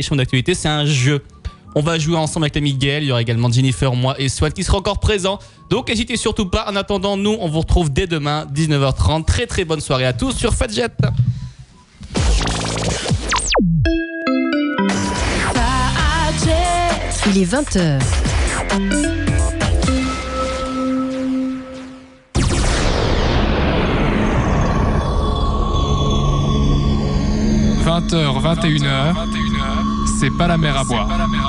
question d'actualité, c'est un jeu. On va jouer ensemble avec l'ami Gaël, il y aura également Jennifer, moi et Swan qui sera encore présent. Donc n'hésitez surtout pas. En attendant, nous, on vous retrouve dès demain, 19h30. Très très bonne soirée à tous sur Fadjet. Il est 20h. « 20h, 21h, c'est pas la mer à boire. »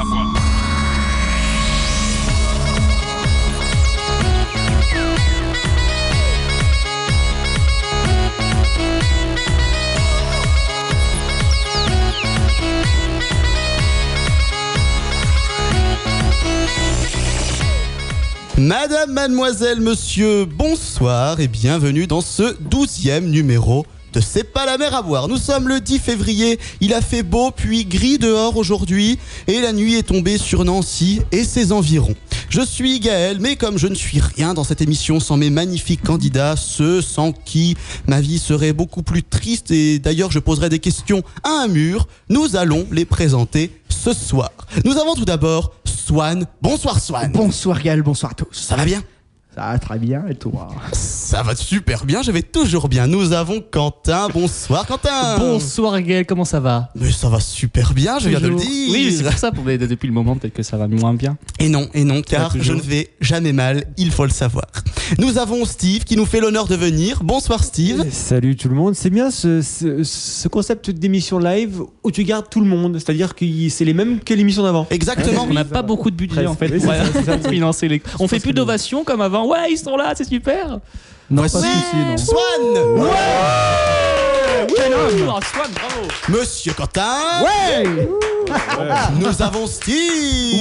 Madame, mademoiselle, monsieur, bonsoir et bienvenue dans ce 12e numéro de C'est pas la mer à boire. Nous sommes le 10 février, il a fait beau puis gris dehors aujourd'hui et la nuit est tombée sur Nancy et ses environs. Je suis Gaël, mais comme je ne suis rien dans cette émission sans mes magnifiques candidats, ceux sans qui ma vie serait beaucoup plus triste et d'ailleurs je poserai des questions à un mur, nous allons les présenter ce soir. Nous avons tout d'abord Swan. Bonsoir Swan. Bonsoir Gaël, bonsoir à tous. Ça va bien ? Ça va très bien, et toi ? Ça va super bien, je vais toujours bien. Nous avons Quentin. Bonsoir Quentin. Bonsoir Gaël, comment ça va ? Mais ça va super bien, je viens de le dire. Oui, c'est pour ça, depuis le moment, peut-être que ça va moins bien. Et non, car je ne vais jamais mal, il faut le savoir. Nous avons Steve qui nous fait l'honneur de venir. Bonsoir Steve. Salut tout le monde. C'est bien ce concept d'émission live où tu gardes tout le monde, c'est-à-dire que c'est les mêmes que l'émission d'avant. Exactement. On n'a pas beaucoup de budget en fait pour financer les... On fait plus d'ovations comme avant. Ouais, ils sont là, c'est super. Non, voici non. Swan. Ouais. Quel homme. Swan, bravo. Monsieur Quentin. Ouais. Nous avons Steve.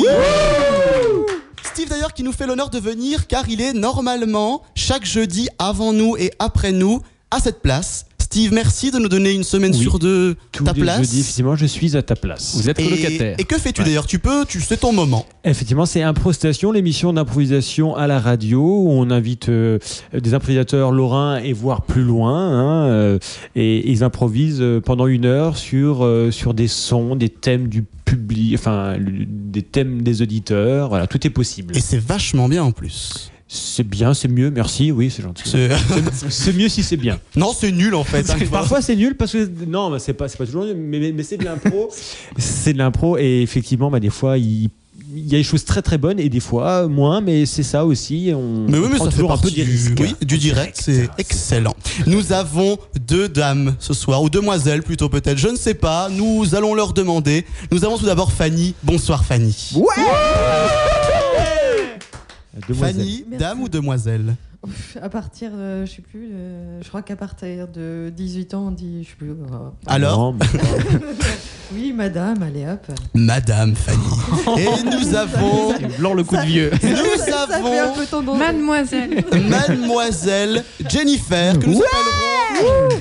Steve d'ailleurs qui nous fait l'honneur de venir car il est normalement chaque jeudi avant nous et après nous à cette place. Steve, merci de nous donner une semaine sur deux ta place. Jeudi, effectivement, je suis à ta place. Vous êtes colocataire. Et que fais-tu d'ailleurs ? C'est ton moment. Effectivement, c'est Improstation, l'émission d'improvisation à la radio où on invite des improvisateurs lorrains et voire plus loin. Et ils improvisent pendant 1 heure sur des sons, des thèmes du public, enfin des thèmes des auditeurs. Voilà, tout est possible. Et c'est vachement bien en plus. C'est bien, c'est mieux, merci, oui, c'est gentil. C'est mieux si c'est bien. Non, c'est nul en fait. Parfois c'est nul parce que non, c'est pas toujours nul, mais c'est de l'impro. C'est de l'impro et effectivement, des fois il y a des choses très très bonnes et des fois moins, mais c'est ça aussi. On prend ça toujours fait un peu des risques. Oui, du direct, c'est excellent. Nous avons 2 dames ce soir, ou demoiselles plutôt peut-être, je ne sais pas. Nous allons leur demander. Nous avons tout d'abord Fanny. Bonsoir Fanny. Ouais. Fanny, Merci. dame ou demoiselle ? À partir de, je sais plus, je crois qu'à partir de 18 ans, on dit, je sais plus. Alors ? Oui, madame, allez hop. Madame Fanny. Et nous avons... Blanc le coup de vieux. Nous avons... Mademoiselle. Mademoiselle Jennifer, que nous appellerons...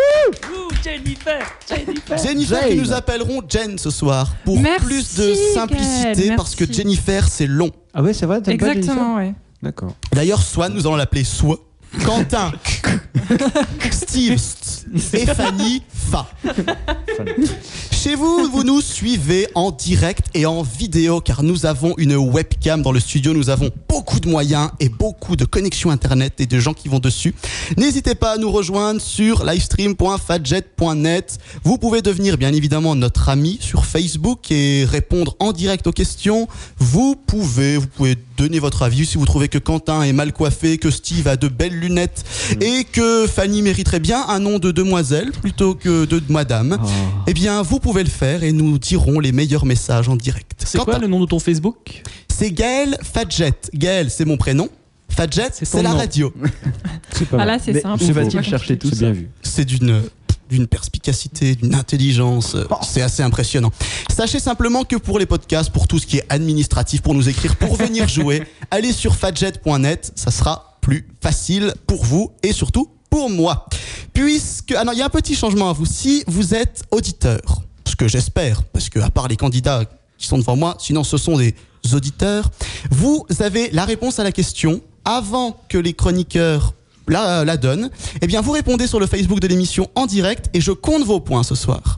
Jennifer que nous appellerons Jen ce soir pour plus de simplicité parce que Jennifer c'est long. Ah ouais, c'est vrai. Exactement, ouais. D'accord. D'ailleurs, Swan, nous allons l'appeler Soi. Quentin, Steve et Fanny, Fa. Chez vous, vous nous suivez en direct et en vidéo car nous avons une webcam dans le studio. Nous avons beaucoup de moyens et beaucoup de connexions internet et de gens qui vont dessus. N'hésitez pas à nous rejoindre sur livestream.fadjet.net. Vous pouvez devenir bien évidemment notre ami sur Facebook et répondre en direct aux questions. Vous pouvez donner votre avis si vous trouvez que Quentin est mal coiffé, que Steve a de belles lunettes et que Fanny mériterait bien un nom de demoiselle plutôt que de madame. Eh bien, vous pouvez le faire et nous dirons les meilleurs messages en direct. C'est quoi le nom de ton Facebook ? C'est Gaël Fadjet. Gaël, c'est mon prénom. Fadjet, c'est la radio. C'est pas Ah mal. là, c'est simple. Je vais chercher tout C'est ça. bien vu. C'est d'une perspicacité, d'une intelligence, c'est assez impressionnant. Sachez simplement que pour les podcasts, pour tout ce qui est administratif, pour nous écrire, pour venir jouer, allez sur fadjet.net, ça sera plus facile pour vous et surtout pour moi. Puisque, il y a un petit changement à vous. Si vous êtes auditeur, ce que j'espère, parce que à part les candidats qui sont devant moi, sinon ce sont des auditeurs, vous avez la réponse à la question avant que les chroniqueurs la donne, eh bien vous répondez sur le Facebook de l'émission en direct et je compte vos points ce soir.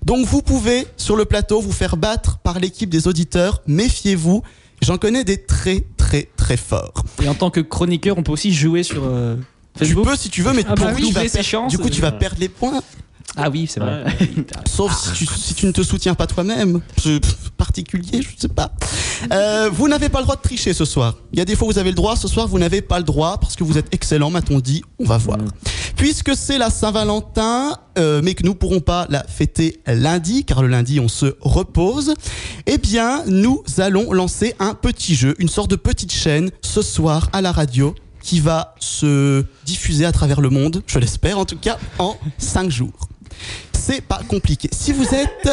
Donc vous pouvez, sur le plateau, vous faire battre par l'équipe des auditeurs. Méfiez-vous, j'en connais des très très très forts. Et en tant que chroniqueur, on peut aussi jouer sur Tu Facebook. peux si tu veux, mais Ah bah oui, tu vas doubler ses perdre- chances. du coup tu vas perdre les points. Ah oui, c'est vrai. Sauf si tu ne te soutiens pas toi-même. C'est particulier, je sais pas. Vous n'avez pas le droit de tricher ce soir. Il y a des fois où vous avez le droit, ce soir vous n'avez pas le droit parce que vous êtes excellent, m'a-t-on dit. On va voir. Puisque c'est la Saint-Valentin, mais que nous pourrons pas la fêter lundi, car le lundi on se repose, eh bien nous allons lancer un petit jeu, une sorte de petite chaîne ce soir à la radio qui va se diffuser à travers le monde, je l'espère en tout cas, en 5 jours. C'est pas compliqué. Si vous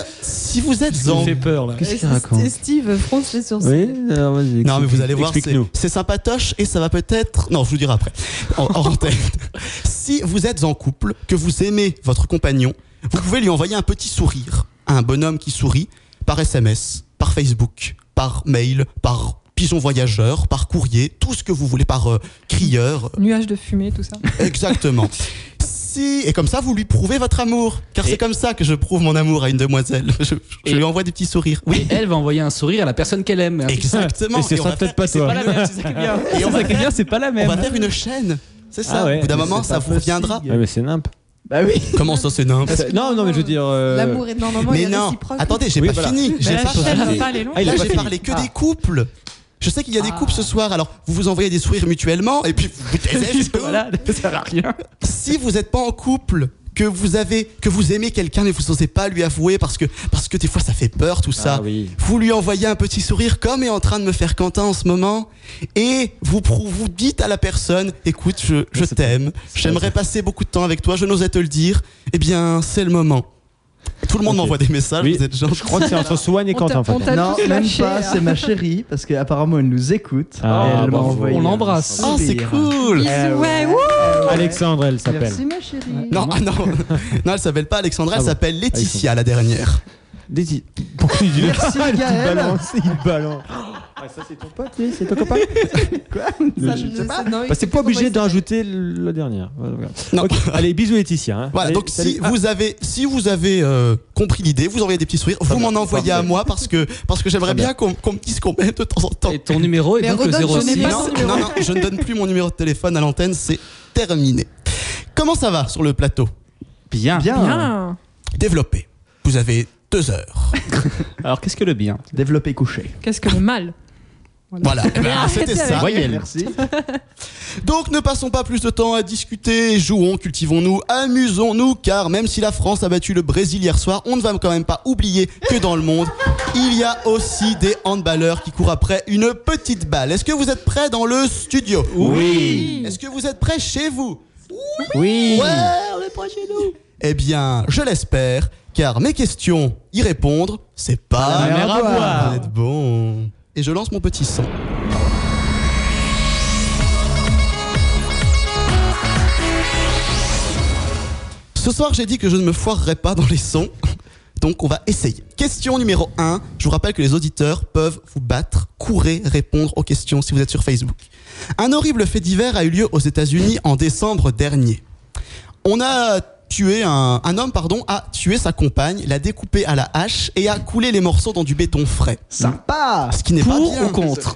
êtes en... fait peur là. Qu'est-ce qu'il raconte? Steve fronce les sourcils. Oui, alors vas-y. Non mais vous allez voir, explique-nous. c'est sympatoche et ça va peut-être... Non, je vous dirai après, en antenne. Si vous êtes en couple, que vous aimez votre compagnon, vous pouvez lui envoyer un petit sourire, un bonhomme qui sourit, par SMS, par Facebook, par mail, par pigeon voyageur, par courrier, tout ce que vous voulez, par crieur. Nuages de fumée, tout ça. Exactement. Et comme ça, vous lui prouvez votre amour. Car c'est comme ça que je prouve mon amour à une demoiselle. Je lui envoie des petits sourires. Oui, elle va envoyer un sourire à la personne qu'elle aime. Exactement. Et ce Et on sera va peut-être faire- pas C'est toi. pas la même, c'est ça qui est bien. Et C'est on ça va qui est bien, c'est pas la On même. va faire une chaîne. C'est ça. Ah ouais. Au bout d'un Mais moment, c'est ça pas vous reviendra. possible. Ouais, mais c'est nimp. Bah oui. Comment ça, c'est nimp? Non, mais je veux dire. L'amour est normalement Mais il est non. réciproque. Attendez, j'ai Oui, pas voilà. fini. J'ai Mais pas la chaîne parlé. va pas aller loin. Ah, il a Là, pas j'ai fini. parlé que des couples. Je sais qu'il y a des couples ce soir, alors vous vous envoyez des sourires mutuellement et puis vous taisez jusqu'au bout. Voilà, ça sert à rien. Si vous n'êtes pas en couple, que vous aimez quelqu'un mais vous n'osez pas lui avouer parce que des fois ça fait peur tout ça. Ah oui. Vous lui envoyez un petit sourire comme est en train de me faire Quentin en ce moment et vous dites à la personne écoute je t'aime, j'aimerais passer beaucoup de temps avec toi, je n'osais te le dire. Eh bien c'est le moment. Tout le monde m'envoie des messages, Oui. vous êtes gentils. Je crois que c'est entre Swan et On Quentin. t'a- on t'a- Non, tous même lâché, pas, hein. c'est ma chérie, parce qu'apparemment elle nous écoute. Ah, et elle m'a bravo. envoyé. On l'embrasse. un Oh c'est sourire. cool. Bisous, ouais, wouh. Alexandre, elle s'appelle. Merci ma chérie. Non, non, elle s'appelle pas Alexandra, elle Ah bon. s'appelle Laetitia la dernière. Pourquoi il dit Merci, il Gaël. balance, il balance. Ah, ça c'est ton pote, lui, c'est ton copain. Ça, je ne sais pas. Non, Bah, c'est il pas faut obligé pas d'en rajouter la dernière. Voilà. Non. Ok, allez, bisous Laetitia. Hein. Voilà, Allez, donc salut. si vous avez compris l'idée, vous envoyez des petits sourires, vous m'en envoyez à moi parce que j'aimerais bien qu'on me dise qu'on m'aime de temps en temps. Et ton numéro est Mais donc le redonne, je n'ai 06. pas Non, son numéro. non, je ne donne plus mon numéro de téléphone à l'antenne, c'est terminé. Comment ça va sur le plateau? Bien. Bien. Bien. Développé. Vous avez 2 heures. Alors qu'est-ce que le bien? Développé couché. Qu'est-ce que le mal? Voilà, eh ben, c'était ça. Voyelle. Merci. Donc ne passons pas plus de temps à discuter, jouons, cultivons-nous, amusons-nous, car même si la France a battu le Brésil hier soir, on ne va quand même pas oublier que dans le monde, il y a aussi des handballeurs qui courent après une petite balle. Est-ce que vous êtes prêts dans le studio? Oui. Est-ce que vous êtes prêts chez vous? Oui. Ouais, on est prêts chez nous. Eh bien, je l'espère, car mes questions, y répondre, c'est pas la mer à boire. Vous êtes bon. Et je lance mon petit son. Ce soir, j'ai dit que je ne me foirerais pas dans les sons. Donc, on va essayer. Question numéro 1. Je vous rappelle que les auditeurs peuvent vous battre. Courez répondre aux questions si vous êtes sur Facebook. Un horrible fait divers a eu lieu aux États-Unis en décembre dernier. Un homme a tué sa compagne, l'a découpée à la hache et a coulé les morceaux dans du béton frais. Sympa. Ce qui n'est pas Pour bien. ou contre?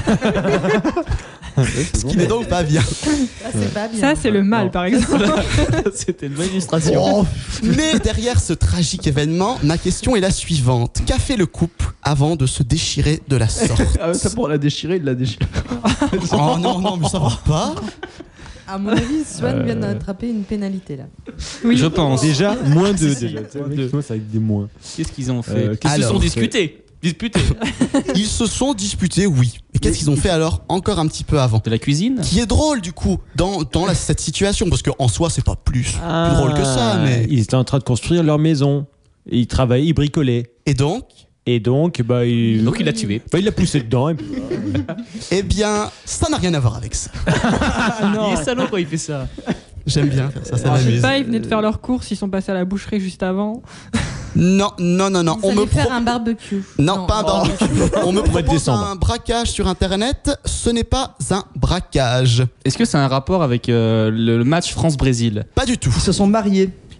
Ce qui n'est donc pas bien. Ça, c'est pas bien. Ça, c'est le mal, par exemple. C'était une bonne illustration. Mais derrière ce tragique événement, ma question est la suivante. Qu'a fait le couple avant de se déchirer de la sorte? Ah, ça pour la déchirer, il l'a déchiré. Oh non, mais ça va pas. À mon avis, Swan vient d'attraper une pénalité là. Oui. Je pense. Déjà, moins 2 Si, déjà. moins deux. Ça avec des moins. Qu'est-ce qu'ils ont fait? Ils se alors, sont disputés. Ils se sont disputés, oui. Et qu'est-ce qu'ils ont fait alors encore un petit peu avant? De la cuisine? Qui est drôle du coup dans cette situation, parce qu'en soi c'est pas plus drôle que ça, mais... Ils étaient en train de construire leur maison. Et ils travaillaient, ils bricolaient. Et donc, Et donc, il l'a tué. Il l'a poussé dedans. Et puis, eh bien, ça n'a rien à voir avec ça. Il est salaud quand il fait ça. J'aime bien faire ça, ça Je sais m'amuse. pas, ils venaient de faire leurs courses, ils sont passés à la boucherie juste avant. Non. Ils On me allaient faire un barbecue. Non, pas un barbecue. On me de propose décembre. un braquage sur internet. Ce n'est pas un braquage. Est-ce que ça a un rapport avec le match France-Brésil? Pas du tout. Ils se sont mariés.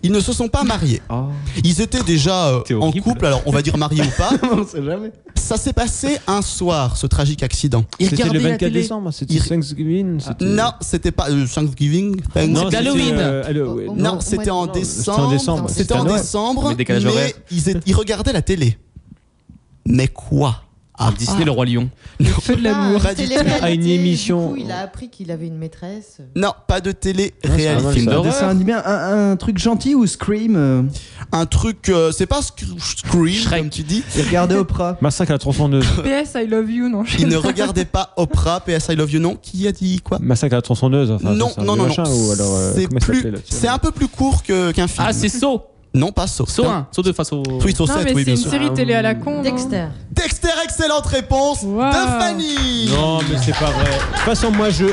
ils ne se sont pas mariés. Ils étaient déjà en couple, alors on va dire mariés ou pas. On sait jamais. Ça s'est passé un soir, ce tragique accident. C'était le regardait la 24 télé. décembre, c'était Thanksgiving. Non, c'était pas Thanksgiving. Non, c'était Halloween. Halloween. Non, c'était en décembre. C'était en décembre, Mais décalage horaire. ils regardaient la télé. Mais quoi? Disney, le Roi Lion. Le feu de l'amour. Pas du tout. À une émission. Du coup, il a appris qu'il avait une maîtresse. Non, pas de c'est télé-réalité. un Film Ça, Un d'horreur. dessin animé, un truc gentil ou Scream Un truc, c'est pas Scream, Shrek. comme tu dis. Et regardez Oprah. Massacre à la tronçonneuse. PS, I love you, non. Ils ne regardaient pas Oprah, PS I Love You, non. Qui a dit quoi? Massacre à la tronçonneuse. Enfin, Non, c'est un non, vieux non, machin, non. ou alors, C'est comment il plus, s'appelait, là, tiens. c'est un peu plus court qu'un film. Ah, c'est Saw. Non, pas Saw. Saw 1. Saw 2 face au. Oui, Saw Non, 7, mais oui, c'est bien une sûr. série télé à la con. non Dexter. Dexter, excellente réponse Wow. de Fanny. Non, mais c'est pas vrai. De toute façon, moi, je.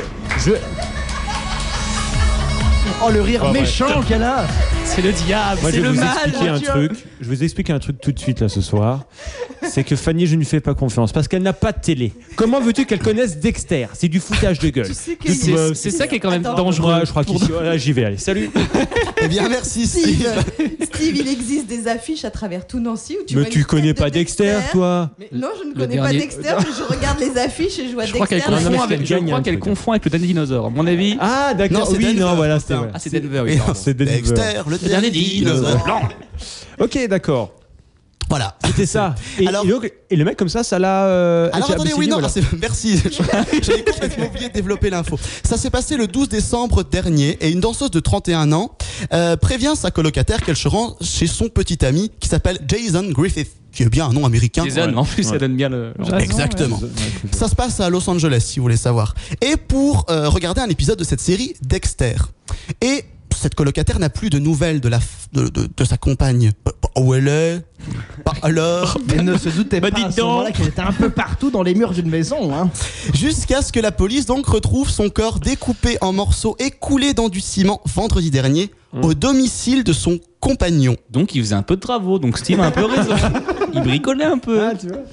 Oh, le rire Ouais, méchant qu'elle a. C'est le diable. Moi, C'est je vais le vous mal. expliquer un truc. Je vais vous expliquer un truc tout de suite là ce soir. C'est que Fanny, je ne lui fais pas confiance parce qu'elle n'a pas de télé. Comment veux-tu qu'elle connaisse Dexter? C'est du foutage de gueule. Tu sais que C'est ça qui est quand même Attends. dangereux. Ouais, je crois qu'ici, voilà, j'y vais. Allez, salut. Eh bien, merci Steve. Steve, il existe des affiches à travers tout Nancy où tu Mais vois tu une connais tête de pas Dexter, toi? Mais non, je ne Le connais pas dernier. Dexter, mais je regarde les affiches et je vois Je crois qu'elle Dexter. Non, mais confond c'est avec, qu'elle gagne un qu'elle truc. confond avec le dernier dinosaure. À mon avis. Ah, d'accord. Non, c'est Oui, Denver, non, voilà, putain. c'est vrai. Ah, c'est Denver. Et Oui, pardon. C'est Denver. Dexter, le Le dernier dinosaure. blanc. Ok, d'accord. Voilà. C'était ça. Et, Alors- et le mec comme ça l'a. Alors attendez, oui, non, merci. J'avais complètement oublié de développer l'info. Ça s'est passé le 12 décembre dernier et une danseuse de 31 ans prévient sa colocataire qu'elle se rend chez son petit ami qui s'appelle Jason Griffith, qui est bien un nom américain. Jason, en plus, ça Ouais. donne bien le. Jason, Exactement. Ça se passe à Los Angeles, si vous voulez savoir. Et pour regarder un épisode de cette série, Dexter. Et cette colocataire n'a plus de nouvelles de sa compagne. Où elle est? Pas alors. Elle ne se doutait Bah, pas dis à ce donc. moment-là qu'elle était un peu partout dans les murs d'une maison. Hein. Jusqu'à ce que la police donc retrouve son corps découpé en morceaux et coulé dans du ciment vendredi dernier au domicile de son compagnon. Donc, il faisait un peu de travaux. Donc, Steve a un peu raison. Il bricolait un peu. tu vois.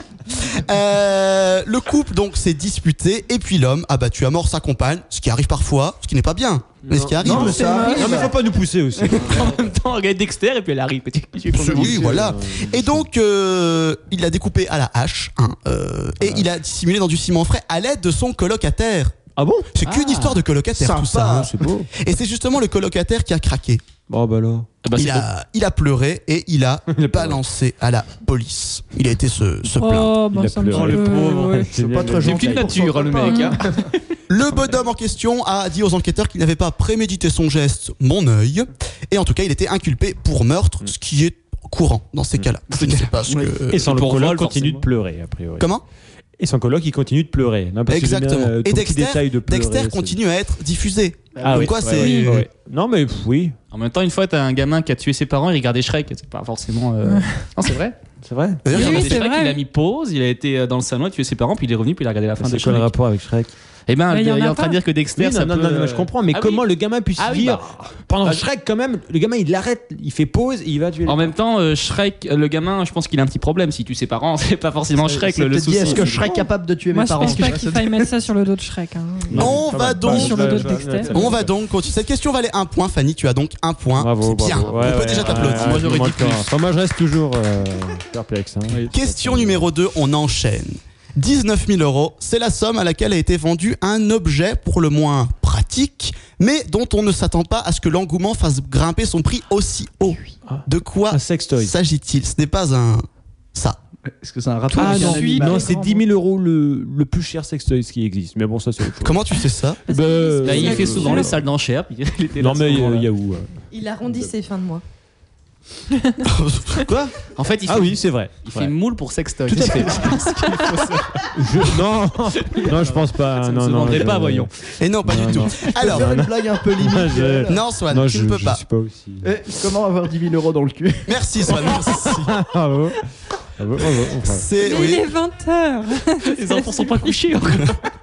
Le couple donc s'est disputé et puis l'homme a battu à mort sa compagne, ce qui arrive parfois, ce qui n'est pas bien, mais ce qui arrive. Non, mais ça arrive. Non, mais faut pas nous pousser aussi. En même temps, regarde Dexter et puis elle arrive. Oui, voilà. Et donc, il l'a découpé à la hache, hein, et il a dissimulé dans du ciment frais à l'aide de son colocataire. Ah bon? C'est qu'une histoire de colocataire, Sympa. tout ça. hein. C'est beau. Et c'est justement le colocataire qui a craqué. Bon, bah alors. Il a pleuré et il a Il a pleuré. balancé à la police. Il a été se plaindre. Oh, Il bah a ça me pleuré. fait- Le pauvre. ouais. C'est pas très C'est gentil. une pour nature, son le copain, mec. Hein. Le bonhomme en question a dit aux enquêteurs qu'il n'avait pas prémédité son geste, mon œil. Et en tout cas, il était inculpé pour meurtre, ce qui est courant dans ces cas-là. Je ne sais pas ce que... Et son pour coloc vol, continue forcément. de pleurer, a priori. Comment? Et son coloc, il continue de pleurer. Non, parce que j'aime bien, Exactement. ton Et petit détail de pleurer, Dexter c'est- continue à être diffusé. Ah Donc oui, quoi, ouais, c'est... ouais, ouais. Non, mais oui, En même temps, une fois, t'as un gamin qui a tué ses parents, il regardait Shrek. C'est pas forcément. Non, c'est vrai. c'est vrai. D'ailleurs, Il a Oui, regardé c'est Shrek, vrai. il a mis pause, il a été dans le salon, il a tué ses parents, puis il est revenu, puis il a regardé la fin de C'est quoi le Shrek. rapport avec Shrek? Eh ben, Mais il il y en est a en train de pas. dire que Dexter, Oui, ça non, peut. non, je comprends, mais Ah comment oui. le gamin puisse Ah oui, dire bah. pendant Bah, Shrek quand même, le gamin il l'arrête, il fait pause, et il va tuer. En même temps, Shrek, le gamin, je pense qu'il a un petit problème. Si tu ses parents, c'est pas forcément Shrek le Te dis, souci. est-ce que Shrek est capable de tuer Moi, mes je parents pense pas qu'il faille mettre ça sur le dos de Shrek. Hein. On va donc... Sur le dos de Dexter. On va donc continuer. Cette question valait un point, Fanny. Tu as donc un point. Bravo, C'est bien. bravo. On peut déjà t'applaudir. Moi, j'aurais dit plus. Enfin, moi je reste toujours perplexe. Hein. Question numéro 2, on enchaîne. 19 000 €, c'est la somme à laquelle a été vendu un objet pour le moins pratique, mais dont on ne s'attend pas à ce que l'engouement fasse grimper son prix aussi haut. De quoi Un sextoy. s'agit-il? Ce n'est pas un... ça. Est-ce que c'est un rapport Ah avec un non, animal non c'est 10 000 € le plus cher sextoy qui existe. Mais bon, ça c'est autre chose. Comment tu sais ça? Bah, Bah, il fait Ouais. souvent les salles d'enchères. puis il était là Non, mais ce moment-là. il y a où Il arrondit ses fins de mois. Quoi? En fait, il fait, Ah oui, c'est vrai. il fait moule pour sextoy. Tout à fait. Non, non, je pense pas. Ça ne non, se non, vendrait je- pas, voyons. Et non, pas Non, du tout. non. Alors, Faire une blague un peu limite. je- non, Swan, Non, tu je ne peux je pas. suis pas aussi. Comment avoir 10 000 € dans le cul? Merci, Swan, merci. Bravo. Bravo, bravo, enfin. C'est... Mais il Oui. est 20h. Les enfants sont pas couchés encore.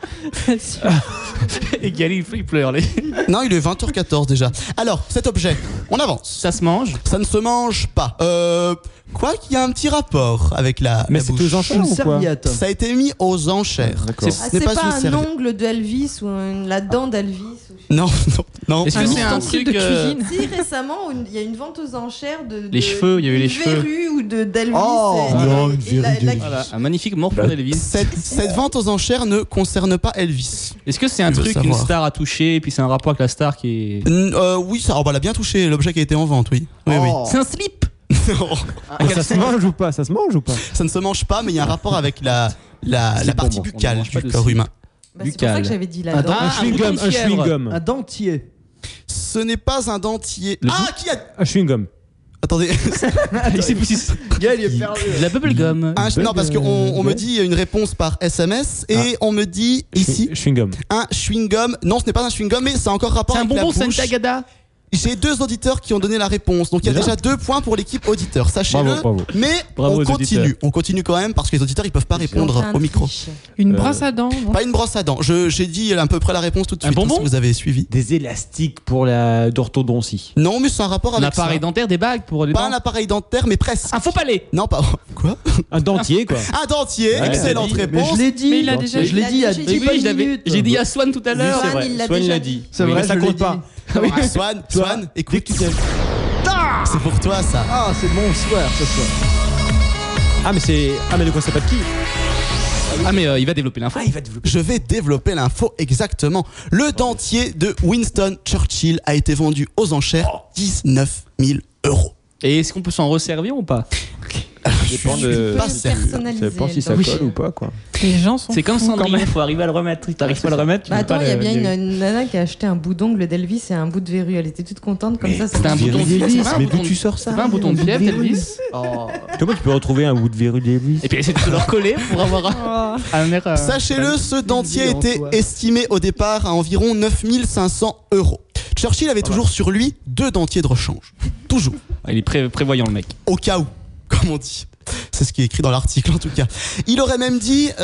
Et Gali, il pleure. Non, il est 20h14 déjà. Alors, cet objet, on avance. Ça se mange. Ça ne se mange pas. Quoi qu'il y a un petit rapport avec la, Mais la c'est bouche. aux enchères Une ou quoi? serviette. Ça a été mis aux enchères. D'accord. Ce Ah, n'est c'est pas pas une un serviette. ongle d'Elvis ou la dent d'Elvis ou je sais Non, non. Est-ce que c'est un ustensile truc de cuisine. Si récemment, il y a une vente aux enchères de Les cheveux, il y a eu les cheveux. verrues ou d'Elvis. Oh, non, une et verrue d'Elvis. Voilà, un magnifique morceau d'Elvis. Cette vente aux enchères ne concerne pas Elvis. Est-ce que c'est un Je veux truc qu'une savoir. star a touché et puis c'est un rapport avec la star qui est. Oui, ça elle a bien touché l'objet qui a été en vente, oui. Oui, Oh. C'est un slip. oui. Ça se mange ou pas? Ça se mange ou pas? Ça ne se mange pas, mais il y a un rapport avec la partie bon, on buccale mange pas du de corps slip. humain. Bah, c'est pour ça que j'avais dit la Ah, dent. Un chewing-gum, bouton un de fièvre. chewing-gum. Un dentier. Ce n'est pas un dentier. Le Ah, qui a. Un chewing-gum. Attendez. Il s'est poussé. Gaël, il est perdu. De la bubblegum. Non, parce qu'on me dit une réponse par SMS et on me dit ici Chewing-gum. un chewing-gum. Non, ce n'est pas un chewing-gum, mais ça a encore rapport C'est un avec bonbon la bouche. Santagada. J'ai 2 auditeurs qui ont donné la réponse, donc il y a Déjà déjà 2 points pour l'équipe auditeur. Sachez-le. Bravo, bravo. Mais Bravo on aux continue. auditeurs. On continue quand même parce que les auditeurs ils peuvent pas répondre Plein au de micro. triches. Une brosse à dents. non Pas une brosse à dents. J'ai dit à peu près la réponse tout de Un suite. bonbon si vous avez suivi. Des élastiques pour la d'orthodontie. Non, mais c'est un rapport Un avec appareil ça. dentaire, des bagues pour les Pas dents. un appareil dentaire, mais presque. Un faux palais. Non, pas. Quoi? Un dentier, quoi. Un dentier. Ouais, Excellente Mais réponse. je l'ai dit. Mais il a déjà Je l'ai dit il y a dit. 10 Oui, Oui, j'ai dit à Swan tout à l'heure. Swan, il l'a Swan, il déjà l'a dit. dit. C'est Oui, vrai, mais ça je l'ai compte pas. dit. Swan, écoute. C'est pour toi ça. Ah, c'est bon soir ce soir. Ah, mais c'est. Ah, mais de quoi ça pas de qui? Ah, mais il va développer l'info. Je vais développer l'info exactement. Le dentier de Winston Churchill a été vendu aux enchères 19 000 €. Et est-ce qu'on peut s'en resservir ou pas? Je dépend suis de- pas Ça certain. personnalisé, Ça dépend si ça le colle dentier. ou pas, quoi. Les gens sont C'est comme fous, quand Cendrillon, même. faut arriver à le remettre. Si t'arrives pas à le remettre, tu Bah peux attends, pas il y a le- bien une nana qui a acheté un bout d'ongle d'Elvis et un bout de verrue. Elle était toute contente comme ça. C'était un bouton de D'Elvis, fièvre. c'est pas un mais bouton d'où de- tu sors ça? C'est pas un bouton de fièvre d'Elvis. Comment tu peux retrouver un bout de verrue d'Elvis? Et puis essayer de se le recoller pour avoir un air. Sachez-le, ce dentier vie en était toi. estimé au départ à environ 9 500 €. Churchill avait toujours sur lui 2 dentiers de rechange. Toujours. Il est prévoyant le mec. Au cas où, comme on dit. C'est ce qui est écrit dans l'article en tout cas. Il aurait même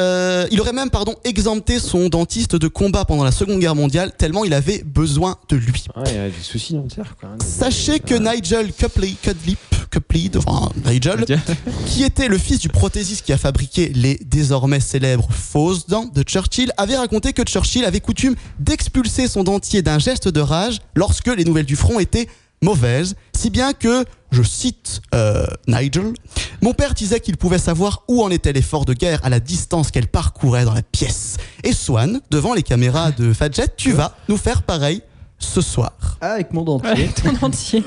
exempté son dentiste de combat pendant la Seconde Guerre mondiale tellement il avait besoin de lui. Ouais, il y a des soucis dentaires, quoi. Sachez que Nigel Cupley, enfin Nigel, qui était le fils du prothésiste qui a fabriqué les désormais célèbres fausses dents de Churchill, avait raconté que Churchill avait coutume d'expulser son dentier d'un geste de rage lorsque les nouvelles du front étaient mauvaises, si bien que, je cite Nigel, mon père disait qu'il pouvait savoir où en était l'effort de guerre à la distance qu'elle parcourait dans la pièce. Et Swan, devant les caméras de Fadjet, tu vas nous faire pareil ce soir. Ah, avec mon dentier. Ouais, ton entier.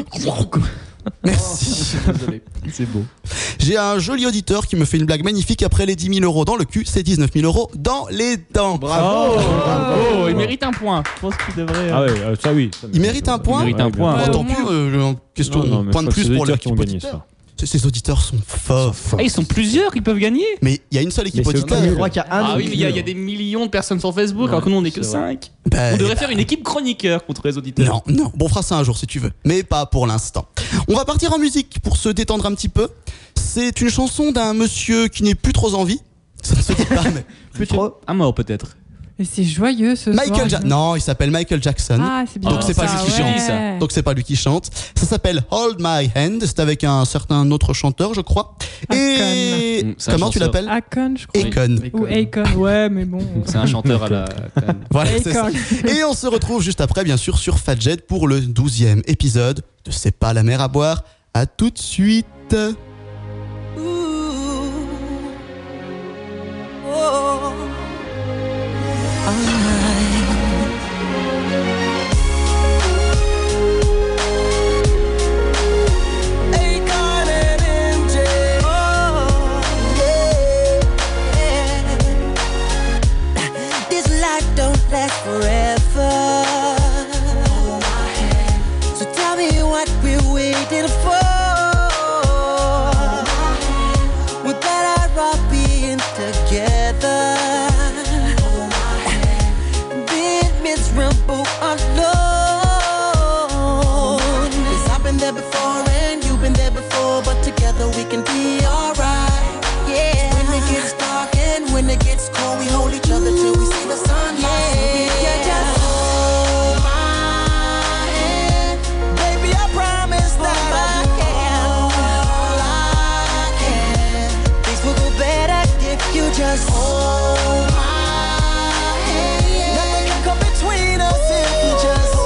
Merci. Désolé. C'est beau. J'ai un joli auditeur qui me fait une blague magnifique après les 10 000 € dans le cul, c'est 19 000 € dans les dents. Bravo. Oh, il mérite un point. Je pense qu'il devrait. Ah ouais, ça oui. Il mérite un point. Il mérite un point. Ouais, Tant au pis, moins. question, Non, mais point je de crois que plus c'est pour les auditeurs qui l'équipe ont gagné auditeur. ça. Ces auditeurs sont forts. Ah, ils sont plusieurs, ils peuvent gagner. Mais il y a une seule équipe Mais c'est auditeur. ok. Je crois qu'il y a un Ah oui, mais il y a auditeur. des millions de personnes sur Facebook, alors que nous on est que c'est vrai. 5. Ben, On devrait faire une équipe chroniqueur contre les auditeurs. non. Bon, on fera ça un jour si tu veux. Mais pas pour l'instant. On va partir en musique pour se détendre un petit peu. C'est une chanson d'un monsieur qui n'est plus trop en vie. Ça ne se dit pas, mais. Plus trop. Un mort peut-être. Et c'est joyeux ce soir. Non, il s'appelle Michael Jackson. Ah, c'est bien. Donc c'est pas lui qui chante, ça. Donc c'est pas lui qui chante. Ça s'appelle Hold My Hand. C'est avec un certain autre chanteur, je crois. Et Akon. C'est un comment tu chanteur. l'appelles Akon, je crois. Akon. Ou Akon, ouais, mais bon. C'est un chanteur à la. Voilà, c'est ça. Akon. Et on se retrouve juste après, bien sûr, sur Fadjet pour le 12e épisode de C'est pas la mer à boire. À tout de suite. This life don't last forever. So tell me what we're waiting for. We better all being together. Being miserable alone. 'Cause I've been there before and you've been there before, but together we can be alright. Yeah. When it gets dark and when it gets cold, we hold each other till we see the sun. Yeah, just hold my hand, baby. I promise that I can. All I can. Things will go better if you just hold my hand. Nothing can come between us if you just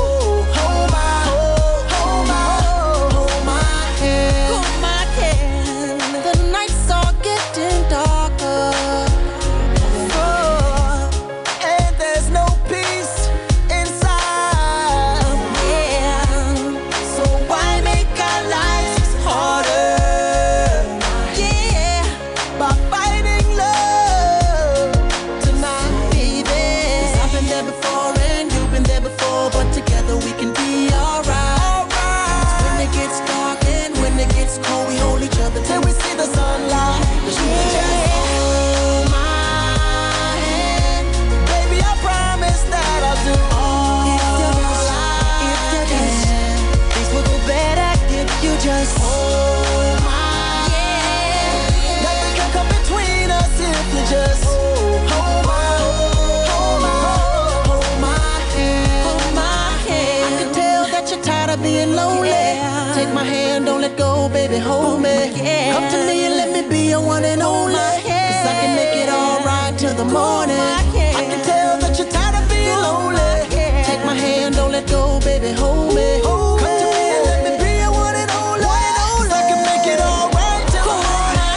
till the morning. I can tell that you're tired of being lonely. Take my hand, don't let go, baby, hold me. Come to me and let me be your one and only. 'Cause I can make it all right till the morning.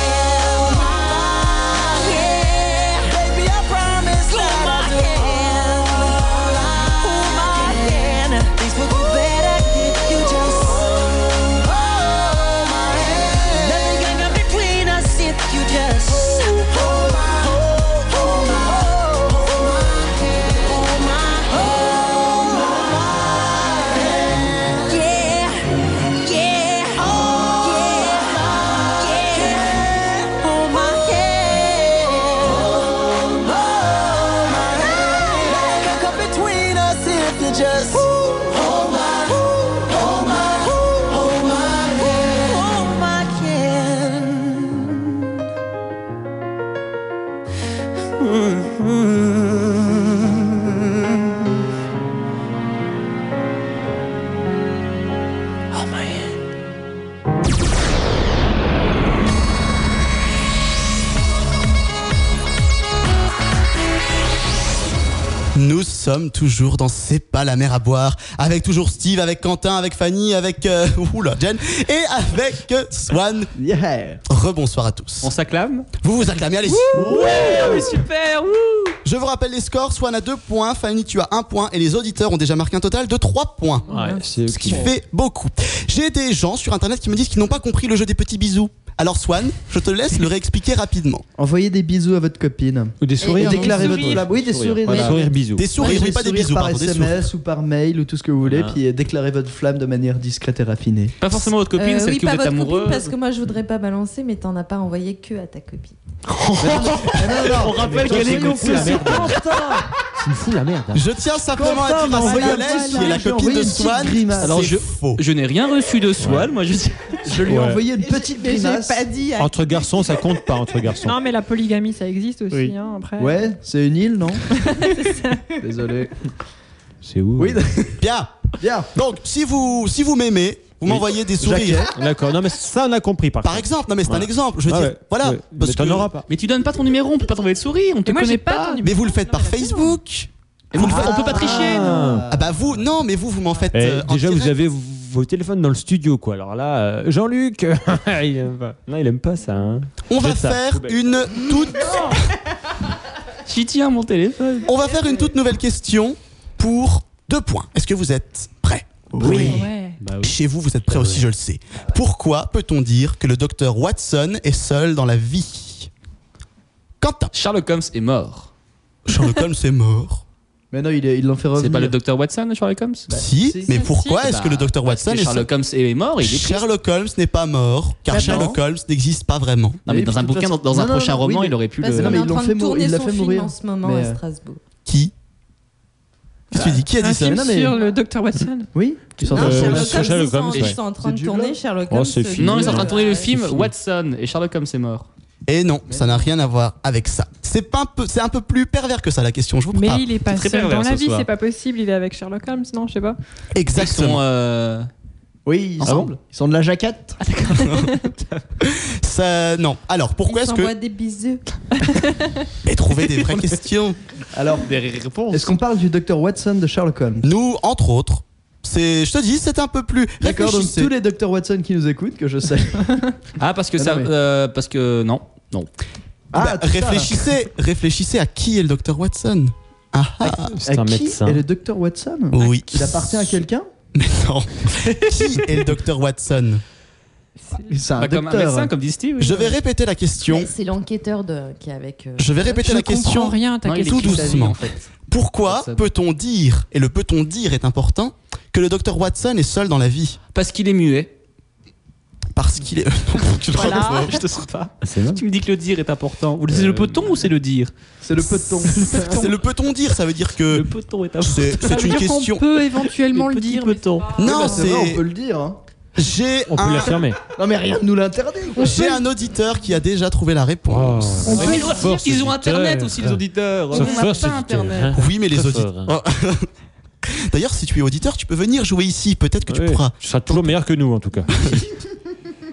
Yeah, baby, I promise that I'll do all I can. Things will be better if you just hold my hand. Nothing can come between us if you just hold my just hold my hand. Hold my hand. Nous sommes toujours dans C'est pas la mer à boire, avec toujours Steve, avec Quentin, avec Fanny, avec Jen et avec Swan. Yeah. Rebonsoir à tous. On s'acclame. Vous vous acclamez, allez-y. Ouais, super. Je vous rappelle les scores, Swan a 2 points, Fanny tu as 1 point et les auditeurs ont déjà marqué un total de 3 points. Ouais, c'est Ce qui fait beaucoup. J'ai des gens sur internet qui me disent qu'ils n'ont pas compris le jeu des petits bisous. Alors Swan, je te laisse le réexpliquer rapidement. Envoyez des bisous à votre copine. Ou des sourires. Et déclarez votre sourires. flamme. Oui, des sourires. Voilà. Sourire bisous. Des sourires, oui, pas des bisous, par pardon, des SMS sourires. ou par mail ou tout ce que vous voulez, Voilà. puis déclarez votre flamme de manière discrète et raffinée. Pas forcément votre copine, celle oui, qui pas vous êtes votre amoureuse. copine, parce que moi je voudrais pas balancer, mais t'en as pas envoyé que à ta copine. On rappelle qu'elle est confuse. C'est une fou la merde. Je tiens simplement Quentin à dire m'a à envoyé un Violette, petit qui est la j'ai copine envoyé de une petite Swan. grimace. Alors, C'est faux. Je n'ai rien reçu de Swan, moi je Je lui ai Ouais. envoyé une petite Mais j'ai grimace. pas dit. à- Entre garçons, ça compte pas entre garçons. Non, mais la polygamie, ça existe aussi. Oui. Hein, après. Ouais, c'est une île, non? Désolé. C'est où Oui, Bien. bien. Donc, si vous m'aimez, vous m'envoyez des sourires. D'accord, non mais ça on a compris par Par contre. exemple, non mais c'est un Voilà. exemple. Je veux Ah dire, ouais, voilà. ouais. Parce Mais t'en que- auras pas. Mais tu donnes pas ton numéro, on peut pas t'envoyer de sourire, on te Et moi, j'ai connaît pas pas. ton numéro. Mais vous le faites par Non, mais la Facebook. Et on peut pas tricher, non. Ah bah vous, non, mais vous m'en faites. Eh, en déjà, vous direct. avez vos téléphones dans le studio, quoi. Alors là, Jean-Luc, il aime pas. Non, il aime pas ça. Hein. On va Jette ça, faire poubelle. une toute. J'y tiens mon téléphone. On va faire une toute nouvelle question pour 2 points. Est-ce que vous êtes prêts? Oui. Ouais. Bah oui. Chez vous, vous êtes prêts aussi, je le sais. Pourquoi peut-on dire que le docteur Watson est seul dans la vie? Quentin. Sherlock Holmes est mort. Sherlock Holmes est mort. Mais non, il l'en fait revenir. C'est pas le docteur Watson, Sherlock Holmes Si, si, mais si, pourquoi si. est-ce que le docteur Parce Watson que est seul? Sherlock Holmes est mort, il est triste. Sherlock Holmes n'est pas mort, car Bah Sherlock non. Holmes n'existe pas vraiment. Non, mais Oui, dans un de toute bouquin, façon- dans un Non, non, prochain non, roman, oui, il aurait pu Parce le. non, qu'on mais est ils en l'ont train fait de tourner il l'a son fait film mourir. en ce moment Mais, à Strasbourg. Qui? Qu'est-ce que tu dis? Qui a Un dit ça? film Non, mais- sur le Dr Watson. Oui, ils sont en Non, train de Sherlock sur Holmes, Sherlock ils sont- Holmes, ils ouais. sont en train de C'est du tourner blanc. Sherlock Oh, Holmes. c'est fini. Non, ils sont en train de tourner le Ouais. film fini. Watson et Sherlock Holmes est mort. Et non, ça n'a rien à voir avec ça. C'est un peu plus pervers que ça la question, je vous Mais prends. il est pas très seul pervers dans la ce vie, soir. c'est pas possible. Il est avec Sherlock Holmes, non, je sais pas. Ils sont. Exactement. Oui, Ensemble. ils sont de la jaquette. Ça, non. Alors, pourquoi Ils est-ce que... s'envoient des bisous. Mais trouvez des vraies questions. Alors, Des réponses. est-ce qu'on parle du docteur Watson de Sherlock Holmes? Nous, entre autres, je te dis, c'est un peu plus... D'accord, donc Réfléchissez. tous les docteurs Watson qui nous écoutent, que je sais. Ah, parce que Ah, ça. non, Parce que. Non. Non. Bah, tout ça. réfléchissez à qui est le docteur Watson. Ah ah. C'est un Qui médecin. est le docteur Watson? Oui. Il appartient à quelqu'un? Mais non. Qui est le docteur Watson? C'est un Bah, comme un docteur. médecin, comme dit Steve. oui. Je vais répéter la question. Mais C'est l'enquêteur qui est avec. Je vais répéter Je la question. comprends rien, ta Non, il question. tout écrit sa vie, doucement. en fait. Pourquoi Watson. peut-on dire, et le peut-on dire est important, que le docteur Watson est seul dans la vie? Parce qu'il est muet. Parce qu'il est... Voilà. Je te sens pas. Ah, c'est vrai. Tu me dis que le dire est important. C'est le peut-on ou c'est le dire? C'est le peton. C'est le peut-on dire, ça veut dire que... Le peut-on est important. C'est Ça veut une dire qu'on question... peut éventuellement le petit dire. mais peut-on. c'est pas- Non, Bah, c'est vrai, on c'est... peut le dire. Hein. J'ai On peut un... l'affirmer. Non, mais rien ne nous l'interdit. J'ai un auditeur qui a déjà trouvé la réponse. Oh. Mais Ouais, ils doivent force dire qu'ils ont auditeur. internet aussi, les auditeurs. Ça On n'a force pas auditeur, internet. hein. Oui, mais les Très auditeurs... fort, Oh. D'ailleurs, si tu es auditeur, tu peux venir jouer ici. Peut-être que tu Ouais. pourras. Tu seras toujours meilleur que nous en tout cas.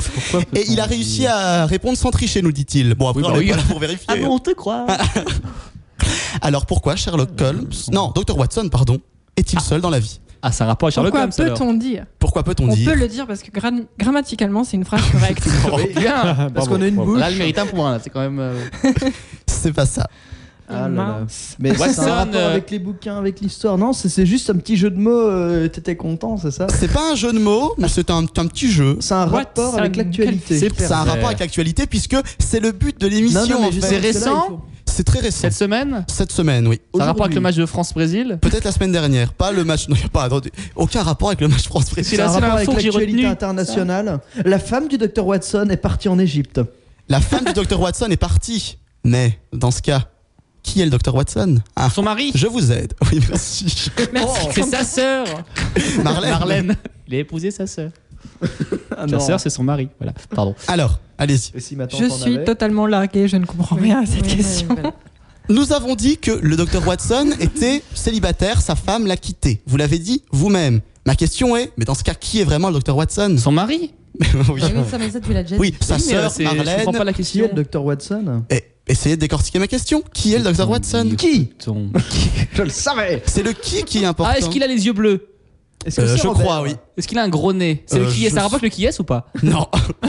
Et il a réussi à répondre sans tricher, nous dit-il. Bon, après, Oui, on bah est oui. pas là pour vérifier. Ah bon, on te croit. Alors pourquoi Sherlock Holmes, non, Dr Watson, pardon, est-il seul dans la vie? Ah, c'est un rapport à Sherlock Pourquoi Holmes alors. peut-on dire Pourquoi peut-on On dire peut le dire parce que grammaticalement, c'est une phrase correcte. Bien. Parce qu'on a une bouche. Là, elle mérite un point. Là, c'est quand même. C'est pas ça. Ah là là. Mince. Mais c'est Watson, un rapport avec les bouquins, avec l'histoire. Non, c'est juste un petit jeu de mots. T'étais content, c'est ça? C'est pas un jeu de mots, mais c'est un petit jeu. C'est un rapport avec l'actualité. C'est un rapport avec l'actualité puisque c'est le but de l'émission. Non, non, mais en je fait. sais, C'est parce que là, récent il faut- C'est très récent. Cette semaine. Cette semaine, oui. Ça a rapport avec Aujourd'hui. le match de France-Brésil. Peut-être la semaine dernière, pas le match. Non, il n'y a pas. Attendez, aucun rapport avec le match France-Brésil. C'est C'est la un seule rapport avec info que j'ai l'actualité retenue. internationale. La femme du docteur Watson est partie en Égypte. La femme du Dr Watson est partie. Mais dans ce cas, qui est le Dr Watson? Ah, Son mari. je vous aide. Oui, merci. C'est sa sœur. Marlène. Marlène. Il a épousé sa sœur. Ah, Sa sœur, c'est son mari. Voilà. Pardon. Alors, allez-y. Et si ma tante Je en suis avait totalement larguée, je ne comprends rien à cette question. voilà. Nous avons dit que le Dr Watson était célibataire, sa femme l'a quitté. Vous l'avez dit vous-même. Ma question est, mais dans ce cas, qui est vraiment le Dr Watson? Son mari. Oui, Oui, ça, tu l'as déjà oui, dit. sa Oui, mais, sœur c'est- Je comprends Marlène. pas la Qui est question. le docteur Watson? Et essayez de décortiquer ma question. Qui est le Dr Watson? Qui? Ton- Je le savais. C'est le qui est important. Ah, est-ce qu'il a les yeux bleus? Est-ce que c'est Je Robert crois, oui. Est-ce qu'il a un gros nez? C'est le qui est. je Ça rapproche le qui est ou pas? Non.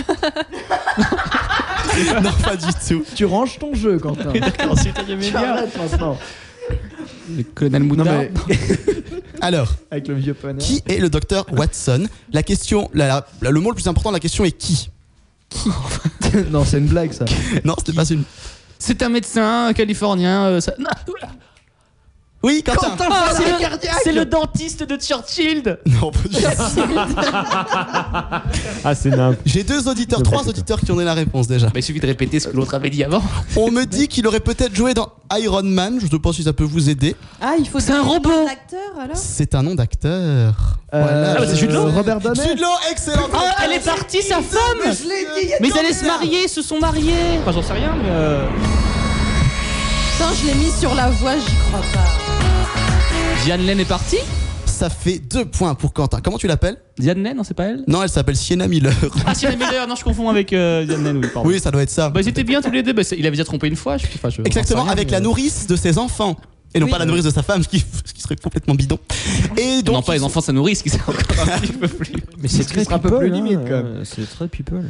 Non, pas du tout. Tu ranges ton jeu, Quentin. D'accord, c'est Tu arrêtes maintenant. Le colonel Non, Moutard. mais Alors, avec le vieux poney. qui est le Dr Watson? La question, le mot le plus important de la question est qui? Non, c'est une blague ça. Non, c'était pas une. C'est un médecin californien. Non, oula. Oui, Quentin. Ah, c'est le dentiste de Churchill. Non, pas du tout. Ah, c'est nimp. J'ai trois auditeurs qui ont donné la réponse déjà. Bah, il suffit de répéter ce que l'autre avait dit avant. On me dit qu'il aurait peut-être joué dans Iron Man. Je ne sais pas si ça peut vous aider. Ah, il faut C'est un donner le robot. nom d'acteur alors. C'est un nom d'acteur. Voilà. Ah, bah, c'est Jude Law. Robert Downey. Jude Law, excellent. Ah, elle est partie, sa femme. Mais ils allaient se marier, ils se sont mariés. Enfin, j'en sais rien, mais. Putain, je l'ai mis sur la voie, j'y crois pas. Diane Lane est partie. Ça fait 2 points pour Quentin. Comment tu l'appelles? Diane Lane, non, c'est pas elle. Non, elle s'appelle Sienna Miller. Ah, Sienna Miller, non, je confonds avec Diane Lane, oui, pardon. Oui, ça doit être ça. Bah, ils étaient bien tous les deux. Bah, il avait déjà trompé une fois. Exactement, avec la nourrice de ses enfants. Et non Oui. pas la nourrice de sa femme, ce qui serait complètement bidon. Et donc, Non, pas les enfants, ça nourrit, ce qui c'est encore un petit peu plus. Mais c'est très sera un peu people, plus limite, hein, quand même. C'est très people.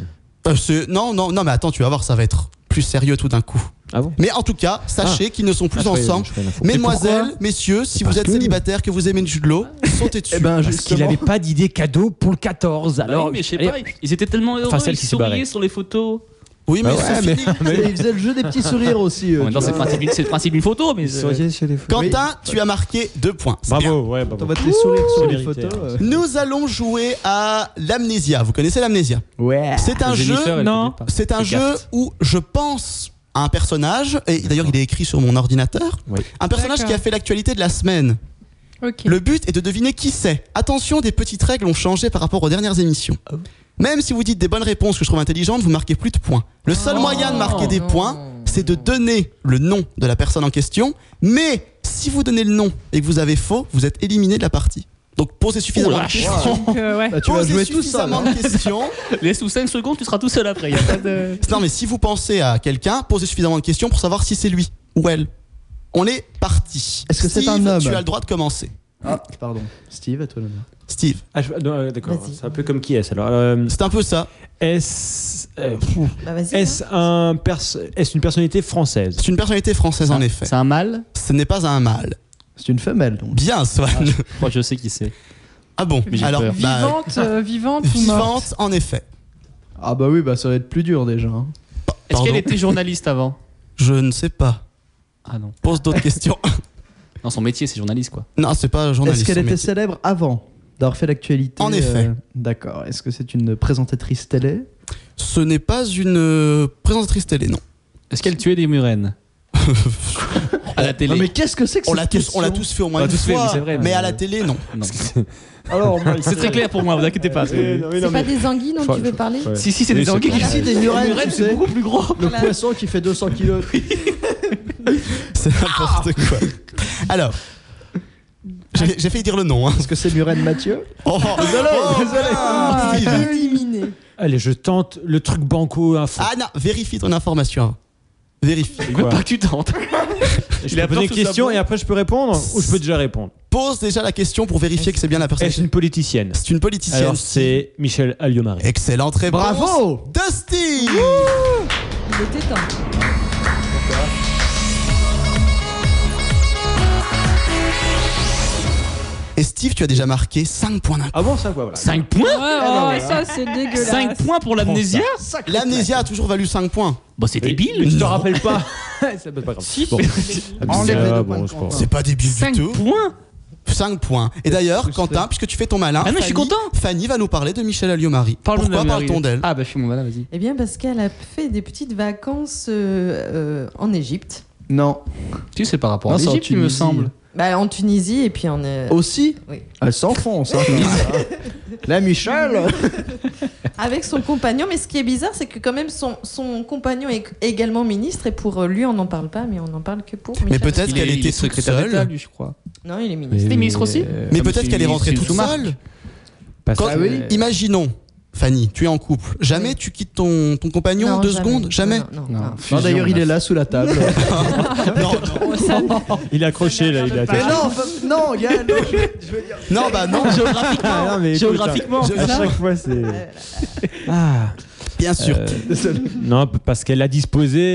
non, mais attends, tu vas voir, ça va être plus sérieux tout d'un coup. Ah bon? Mais en tout cas, sachez qu'ils ne sont plus Ah, je croyais- ensemble. je croyais l'info. Mesdemoiselles, messieurs, si vous parce êtes que- célibataire, que vous aimez Jude Law, sautez dessus. Eh ben, Parce qu'il justement. n'avait pas d'idée cadeau pour le 14. Alors, Alors, mais je sais pas, ils étaient tellement heureux, Enfin, celle ils qui s'est barrée. souriaient sur les photos. Oui, mais Bah c'est ouais, fini. Il faisait le jeu des petits sourires aussi. En même temps, tu c'est le vois. principe d'une photo, mais. chez les photos. Quentin, tu as marqué 2 points. C'est bien. Bravo, ouais, On bravo. va te les sourire sur c'est les mérité, photos. hein. Nous allons jouer à l'amnésia. Vous connaissez l'amnésia? Ouais. C'est un jeu. Jennifer, elle non. connaît pas. C'est un Les jeu cartes. où je pense à un personnage, et d'ailleurs il est écrit sur mon ordinateur, Oui. un personnage D'accord. qui a fait l'actualité de la semaine. Ok. Le but est de deviner qui c'est. Attention, des petites règles ont changé par rapport aux dernières émissions. Même si vous dites des bonnes réponses que je trouve intelligentes, vous marquez plus de points. Le seul moyen de marquer des non. points, c'est de donner le nom de la personne en question, mais si vous donnez le nom et que vous avez faux, vous êtes éliminé de la partie. Donc posez suffisamment de questions. Donc, ouais. Bah, tu vas Posez jouer tout seul. suffisamment hein. de questions. Laisse-nous 5 secondes, tu seras tout seul après. Y a pas de. Non, mais si vous pensez à quelqu'un, posez suffisamment de questions pour savoir si c'est lui ou elle. On est parti. Est-ce que c'est Steve, un homme? Tu as le droit de commencer. Ah, pardon. Steve, à toi l'honneur. Steve, Ah, non, d'accord. Vas-y. C'est un peu comme qui est-ce alors c'est un peu ça. Est-ce Bah vas-y. est-ce est-ce une personnalité française? C'est une personnalité française en effet. C'est un mâle. Ce n'est pas un mâle. C'est une femelle donc. Bien, Swan. Je crois que je sais qui c'est. Ah bon, Mais j'ai alors peur. bah, Vivante ou morte? vivante en effet. Ah bah oui, bah ça va être plus dur déjà. hein. Est-ce Pardon. qu'elle était journaliste avant? Je ne sais pas. Ah non. Pose d'autres questions. Non, son métier, c'est journaliste, quoi. Non, c'est pas journaliste. Est-ce qu'elle son était métier. célèbre avant d'avoir fait l'actualité? En effet. D'accord. Est-ce que c'est une présentatrice télé? Ce n'est pas une présentatrice télé, non. Est-ce qu'elle tuait des murènes? À la télé. Non mais qu'est-ce que c'est que On l'a cette tous, on l'a question tous fait au moins On l'a une tous fait, fois, oui, c'est vrai, mais mais- à la télé, non. Non. Alors, C'est très clair pour moi, vous inquiétez pas. C'est pas des anguilles dont tu veux parler? Si, si, c'est Oui, des c'est anguilles. pas- Ici, des murènes, tu c'est sais. beaucoup plus gros. Le poisson qui fait 200 kilos. C'est n'importe quoi. Alors, j'ai failli dire le nom. Hein. Est-ce que c'est Murène Mathieu? Oh, désolé, désolé. Ah, Steve. éliminé. Allez, je tente le truc banco info. Ah non, vérifie ton information. Vérifie. Il veut pas que tu tentes. Je peux poser une question et après je peux répondre ou je peux déjà répondre? Pose déjà la question pour vérifier que c'est bien la personne. Est-ce une politicienne? C'est une politicienne. Alors c'est Michèle Alliot-Marie. Excellente réponse. Bravo Dusty. Il était temps. Et Steve, tu as déjà marqué 5 points d'un coup. Ah bon, ça quoi, voilà. 5 points? Oh, ça c'est dégueulasse. 5 points pour l'amnésia? L'amnésia a toujours valu 5 points. Bah c'est débile. Je te rappelle pas. C'est pas grave. Si. Bon. Enlève les 2 bon, points. je pense. C'est pas débile 5 du tout. points? 5 points. Et d'ailleurs, Quentin, puisque tu fais ton malin, Ah non, je suis content. Fanny va nous parler de Michèle Alliot-Marie. Parle-nous de Pourquoi Marie. parle-t-on d'elle? Ah bah fais mon malin, vas-y. Eh bien, parce qu'elle a fait des petites vacances en Égypte. Non. Tu sais, c'est par rapport Non, à c'est en l'Égypte, il me Tunisie. semble. Bah, en Tunisie et puis en. Aussi Oui. Elle s'enfonce. Hein, la Michel. Avec son compagnon, mais ce qui est bizarre, c'est que quand même son compagnon est également ministre et pour lui, on n'en parle pas, mais on n'en parle que pour. Mais Michel. peut-être Il qu'elle est était toute secrétaire d'État, seule. lui, je crois. Non, il est ministre. T'es ministre aussi? Mais peut-être qu'elle est rentrée toute sous-marque. seule. Parce Quand- que- Imaginons, Fanny, tu es en couple. Jamais Oui. tu quittes ton compagnon Non, 2 jamais. secondes? Jamais. Non. Non, d'ailleurs, il est là sous la table. Il est accroché là, il est Mais attaché. non, Gaël, non, je veux dire. Non, bah non. Ah, non, mais écoute, Géographiquement, à c'est ça chaque fois c'est. Ah. Bien sûr. Non, parce qu'elle a disposé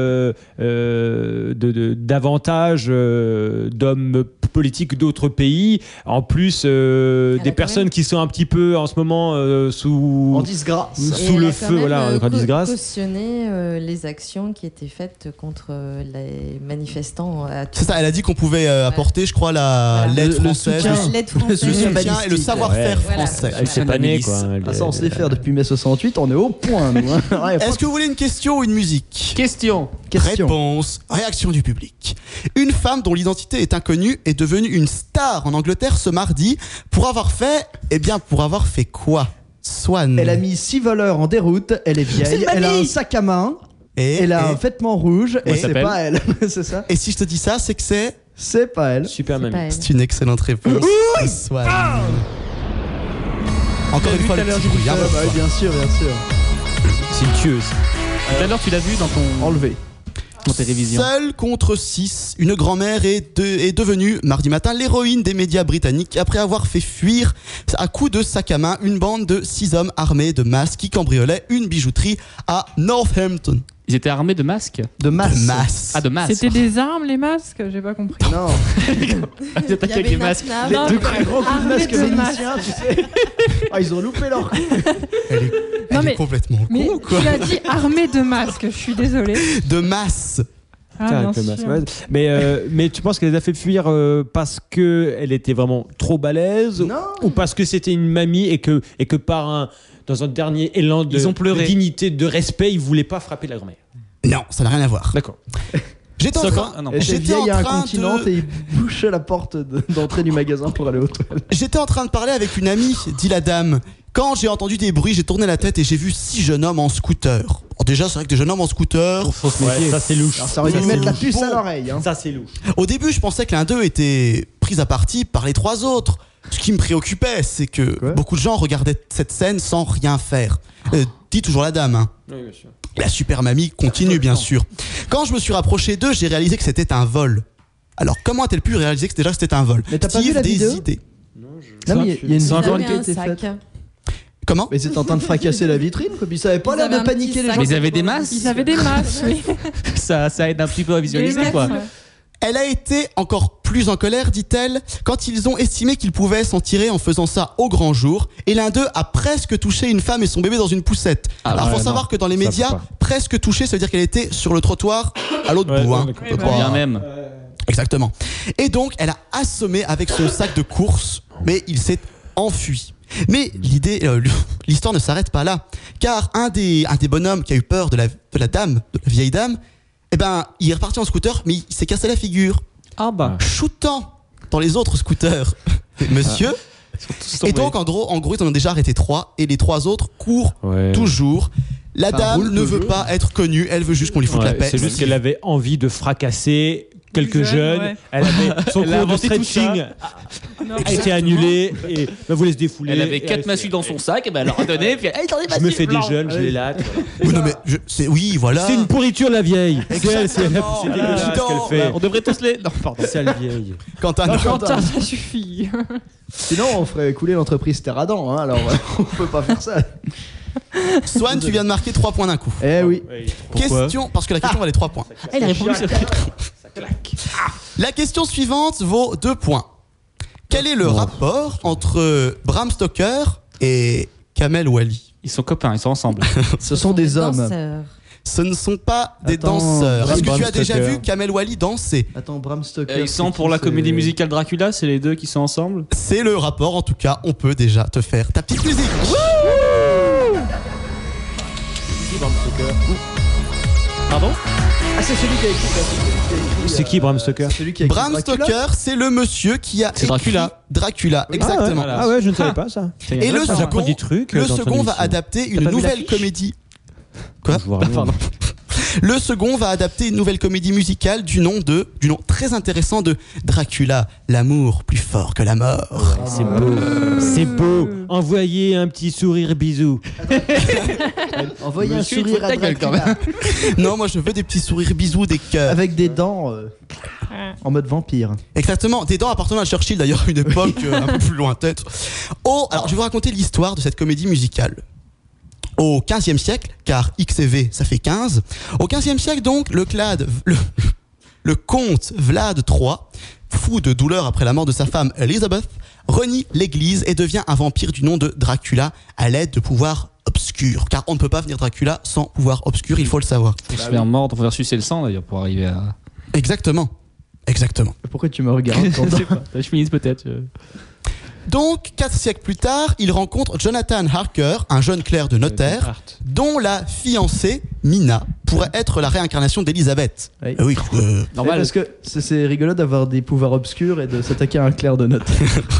davantage d'hommes politiques d'autres pays, en plus a des quand personnes même- qui sont un petit peu en ce moment sous En disgrâce. sous le feu, voilà, en grande disgrâce. Cautionné les actions qui étaient faites contre les manifestants à C'est ça, elle a dit qu'on pouvait apporter, je crois, la Voilà. l'aide Le française, soutien. l'aide le française. soutien et le balistique. savoir-faire Ouais. français. Elle s'est pas née, quoi. Ah, ça, on sait faire depuis mai 68, on est au point, nous. Hein. Ouais, Est-ce que vous voulez une question ou une musique? Question. question. Réponse. Réaction du public. Une femme dont l'identité est inconnue est devenue une star en Angleterre ce mardi pour avoir fait quoi? Swan. Elle a mis 6 voleurs en déroute, elle est C'est vieille, une elle a mamie. un sac à main, Et, elle a et- un vêtement rouge, et Ouais. c'est s'appelle pas elle. C'est ça? et si je te dis ça, c'est que C'est pas elle. Super C'est mamie. pas elle. c'est une excellente réponse. Swan. Encore une fois, le petit bruit, hein, Ah, bah oui, bien sûr, bien sûr. C'est une tueuse. Tout à l'heure, tu l'as vu dans ton Enlevé. télévision. Seule contre 6, une grand-mère est devenue, mardi matin, l'héroïne des médias britanniques après avoir fait fuir à coups de sac à main une bande de 6 hommes armés de masques qui cambriolaient une bijouterie à Northampton. Ils étaient armés de masques. De masse. De masse. Ah, de masques. C'était des armes, les masques? J'ai pas compris. Non. Ils attaquaient avec des masques. Les Non, deux très gros coups de armés masque de vénitiens, tu sais. Ah, ils ont loupé leur coup. Elle Non, est mais- complètement Mais con, quoi. tu as dit armée de masques, je suis désolée. De masse. Ah, Putain, bien avec le sûr. masque, ouais. Mais tu penses qu'elle les a fait fuir parce qu'elle était vraiment trop balèze Non. ou parce que c'était une mamie et que dans un dernier élan Ils ont pleuré. de dignité, de respect, ils voulaient pas frapper la grand-mère? Non, ça n'a rien à voir. D'accord. J'étais en Ça, train, ah non. Elle était j'étais en vieille à train incontinente de- et il bouchait la porte d'entrée du magasin pour aller aux toilettes. J'étais en train de parler avec une amie, dit la dame. Quand j'ai entendu des bruits, j'ai tourné la tête et j'ai vu 6 jeunes hommes en scooter. Alors déjà, c'est vrai que des jeunes hommes en scooter. Ouais, ça c'est louche. Alors, ça aurait dû Ça, mettre la c'est puce bon. à l'oreille. Hein. Ça c'est louche. Au début, je pensais que l'un d'eux était pris à partie par les 3 autres. Ce qui me préoccupait, c'est que Quoi beaucoup de gens regardaient cette scène sans rien faire. Dit toujours la dame. Hein. Oui, bien sûr. La super mamie continue, bien sûr. Quand je me suis rapproché d'eux, j'ai réalisé que c'était un vol. Alors, comment a-t-elle pu réaliser que c'était un vol? Mais t'as pas Steve, vu la des vidéo idées. Non, mais il y a une Ils vidéo avaient qui a un été sac. faite. Comment? Mais c'est en train de fracasser la vitrine, quoi. Puis ils savaient pas Ils l'air avaient de un paniquer petit les sac. gens. Mais ils avaient des masques. Ils avaient des masques, oui. Ça aide un petit peu à visualiser, Des quoi. masques, ouais. Elle a été encore plus en colère, dit-elle, quand ils ont estimé qu'ils pouvaient s'en tirer en faisant ça au grand jour. Et l'un d'eux a presque touché une femme et son bébé dans une poussette. Ah, Alors, ouais, faut non. savoir que dans les Ça médias, peut pas. presque touché, ça veut dire qu'elle était sur le trottoir à l'autre Ouais, bout. ouais, Hein. d'accord. On peut Ouais, pas- Bien même. Exactement. Et donc, elle a assommé avec son sac de course, mais il s'est enfui. Mais l'histoire ne s'arrête pas là, car un des bonhommes qui a eu peur de la dame, de la vieille dame, eh ben, il est reparti en scooter, mais il s'est cassé la figure, Ah bah. shootant dans les autres scooters. Monsieur. Et donc, en gros, ils en ont déjà arrêté 3, et les 3 autres courent Ouais. toujours. La Ça dame roule ne veut toujours. pas être connue, elle veut juste qu'on lui foute Ouais, la paix. c'est juste qu'elle avait envie de fracasser quelques jeunes. ouais. Elle avait son Elle a cours de inventé tout stretching Non. a été annulé et bah, vous laisse défouler. Elle avait Et 4 massues dans son sac, et ben elle leur a donné, puis elle attendez, Je me fais des jeunes, je les latte. Oui, non, mais oui, voilà. C'est une pourriture la vieille. C'est Exactement. dégueulasse ce qu'elle fait. On devrait tous les. Non, pardon. Sale vieille. Quentin, Non, non. Quentin, ça suffit. Sinon, on ferait couler l'entreprise Terradan, hein, alors on peut pas faire ça. Swan, tu viens de marquer 3 points d'un coup. Eh oui. Question, parce que la question valait 3 points. Elle a répondu ça. La question suivante vaut 2 points. Quel est le rapport entre Bram Stoker et Kamel Wally? Ils sont copains, ils sont ensemble. Ce sont des hommes. Danseurs. Ce ne sont pas des Attends, danseurs. Est-ce que Bram tu as déjà Stoker. vu Kamel Wally danser? Attends, Bram Stoker. Ils sont pour la comédie musicale Dracula, c'est les deux qui sont ensemble. C'est le rapport, en tout cas, on peut déjà te faire ta petite musique. Pardon? Ah, c'est celui qui a écrit. C'est qui Bram Stoker? Celui qui a écrit Bram Dracula. Stoker, c'est le monsieur qui a C'est Dracula. écrit Dracula, exactement. Ah ouais, je ne savais pas ça. Et le J'apprends second, des trucs. le dans ton second va émission. adapter T'as une pas vu nouvelle l'affiche comédie. Quoi? Pardon. Le second va adapter une nouvelle comédie musicale du nom très intéressant de Dracula, l'amour plus fort que la mort. C'est beau. C'est beau. Envoyez un petit sourire bisou. Envoyez un Monsieur, il te sourire faut à ta gueule, quand Dracula. Non, moi je veux des petits sourires bisous, des cœurs. Avec des dents en mode vampire. Exactement, des dents appartenant à Churchill d'ailleurs, une époque un peu plus lointaine. Alors je vais vous raconter l'histoire de cette comédie musicale. Au XVe siècle, car X et V ça fait 15, au XVe siècle donc, le comte Vlad III, fou de douleur après la mort de sa femme Elizabeth, renie l'église et devient un vampire du nom de Dracula à l'aide de pouvoirs obscurs. Car on ne peut pas venir Dracula sans pouvoir obscur, il faut le savoir. Faut se faire mordre, faut faire sucer le sang d'ailleurs pour arriver à. Exactement. Pourquoi tu me regardes Je Quentin sais pas, la chemise peut-être. Donc, 4 siècles plus tard, il rencontre Jonathan Harker, un jeune clerc de notaire, dont la fiancée, Mina, pourrait être la réincarnation d'Elisabeth. Oui. Oui, Normal. Parce que c'est rigolo d'avoir des pouvoirs obscurs et de s'attaquer à un clerc de notaire.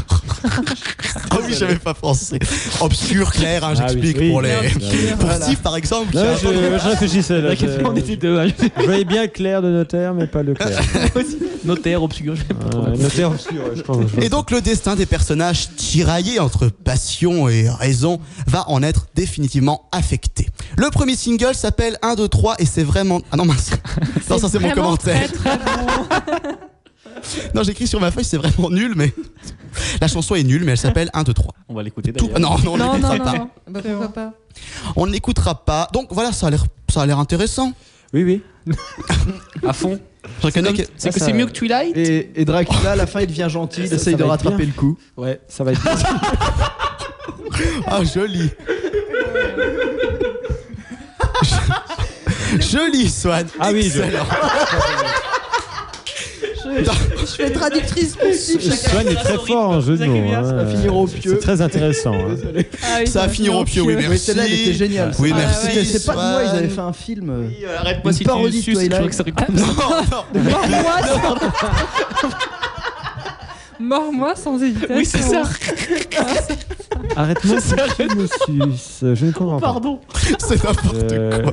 Ah oui, j'avais pas pensé. Obscur, clair, hein, j'explique oui. pour les. Pour Voilà. Steve, par exemple. Non, je réfléchissais là. On était deux. Je voyais bien Claire de notaire, mais pas le Claire. Notaire obscur, je sais pas trop. Notaire obscur, je pense. Et donc, le destin des personnages tiraillés entre passion et raison va en être définitivement affecté. Le premier single s'appelle 1, 2, 3 et c'est vraiment. Ah non, mince. Non, ça, c'est mon Vraiment commentaire. très, très bon. Non, j'écris sur ma feuille, c'est vraiment nul, mais. La chanson est nulle, mais elle s'appelle 1, 2, 3. On va l'écouter Tout... d'ailleurs. Non, on Non, l'écoutera non, pas. non. Bah, C'est pourquoi bon. pas? On ne l'écoutera pas. Donc voilà, ça a l'air intéressant. Oui, oui. À fond. Je reconnais que. C'est que c'est mieux que Twilight? Et Dracula, à la fin, il devient gentil, il Ça essaye de va être rattraper bien. le coup. Ouais, ça va être bien. Ah, joli. Joli, Swan. Ah oui, Excellent. Je fais traductrice pour Steve. Swan est très fort en jeu de mots. Ça va finir au pieu. C'est très intéressant. hein. Ah oui, Ça va finir au pieu, oui, Oui, merci. celle-là, elle était géniale. Oui, Ah, merci. ouais, c'est pas de moi, ils Swan. avaient fait un film. Arrête-moi Une si parodie tu de suces, je Twilight. crois que ça comme ça. Non, non. Mors-moi sans hésitation. Oui, c'est ça. Arrête-moi si tu me suces. Je ne comprends pas. Pardon. C'est n'importe quoi.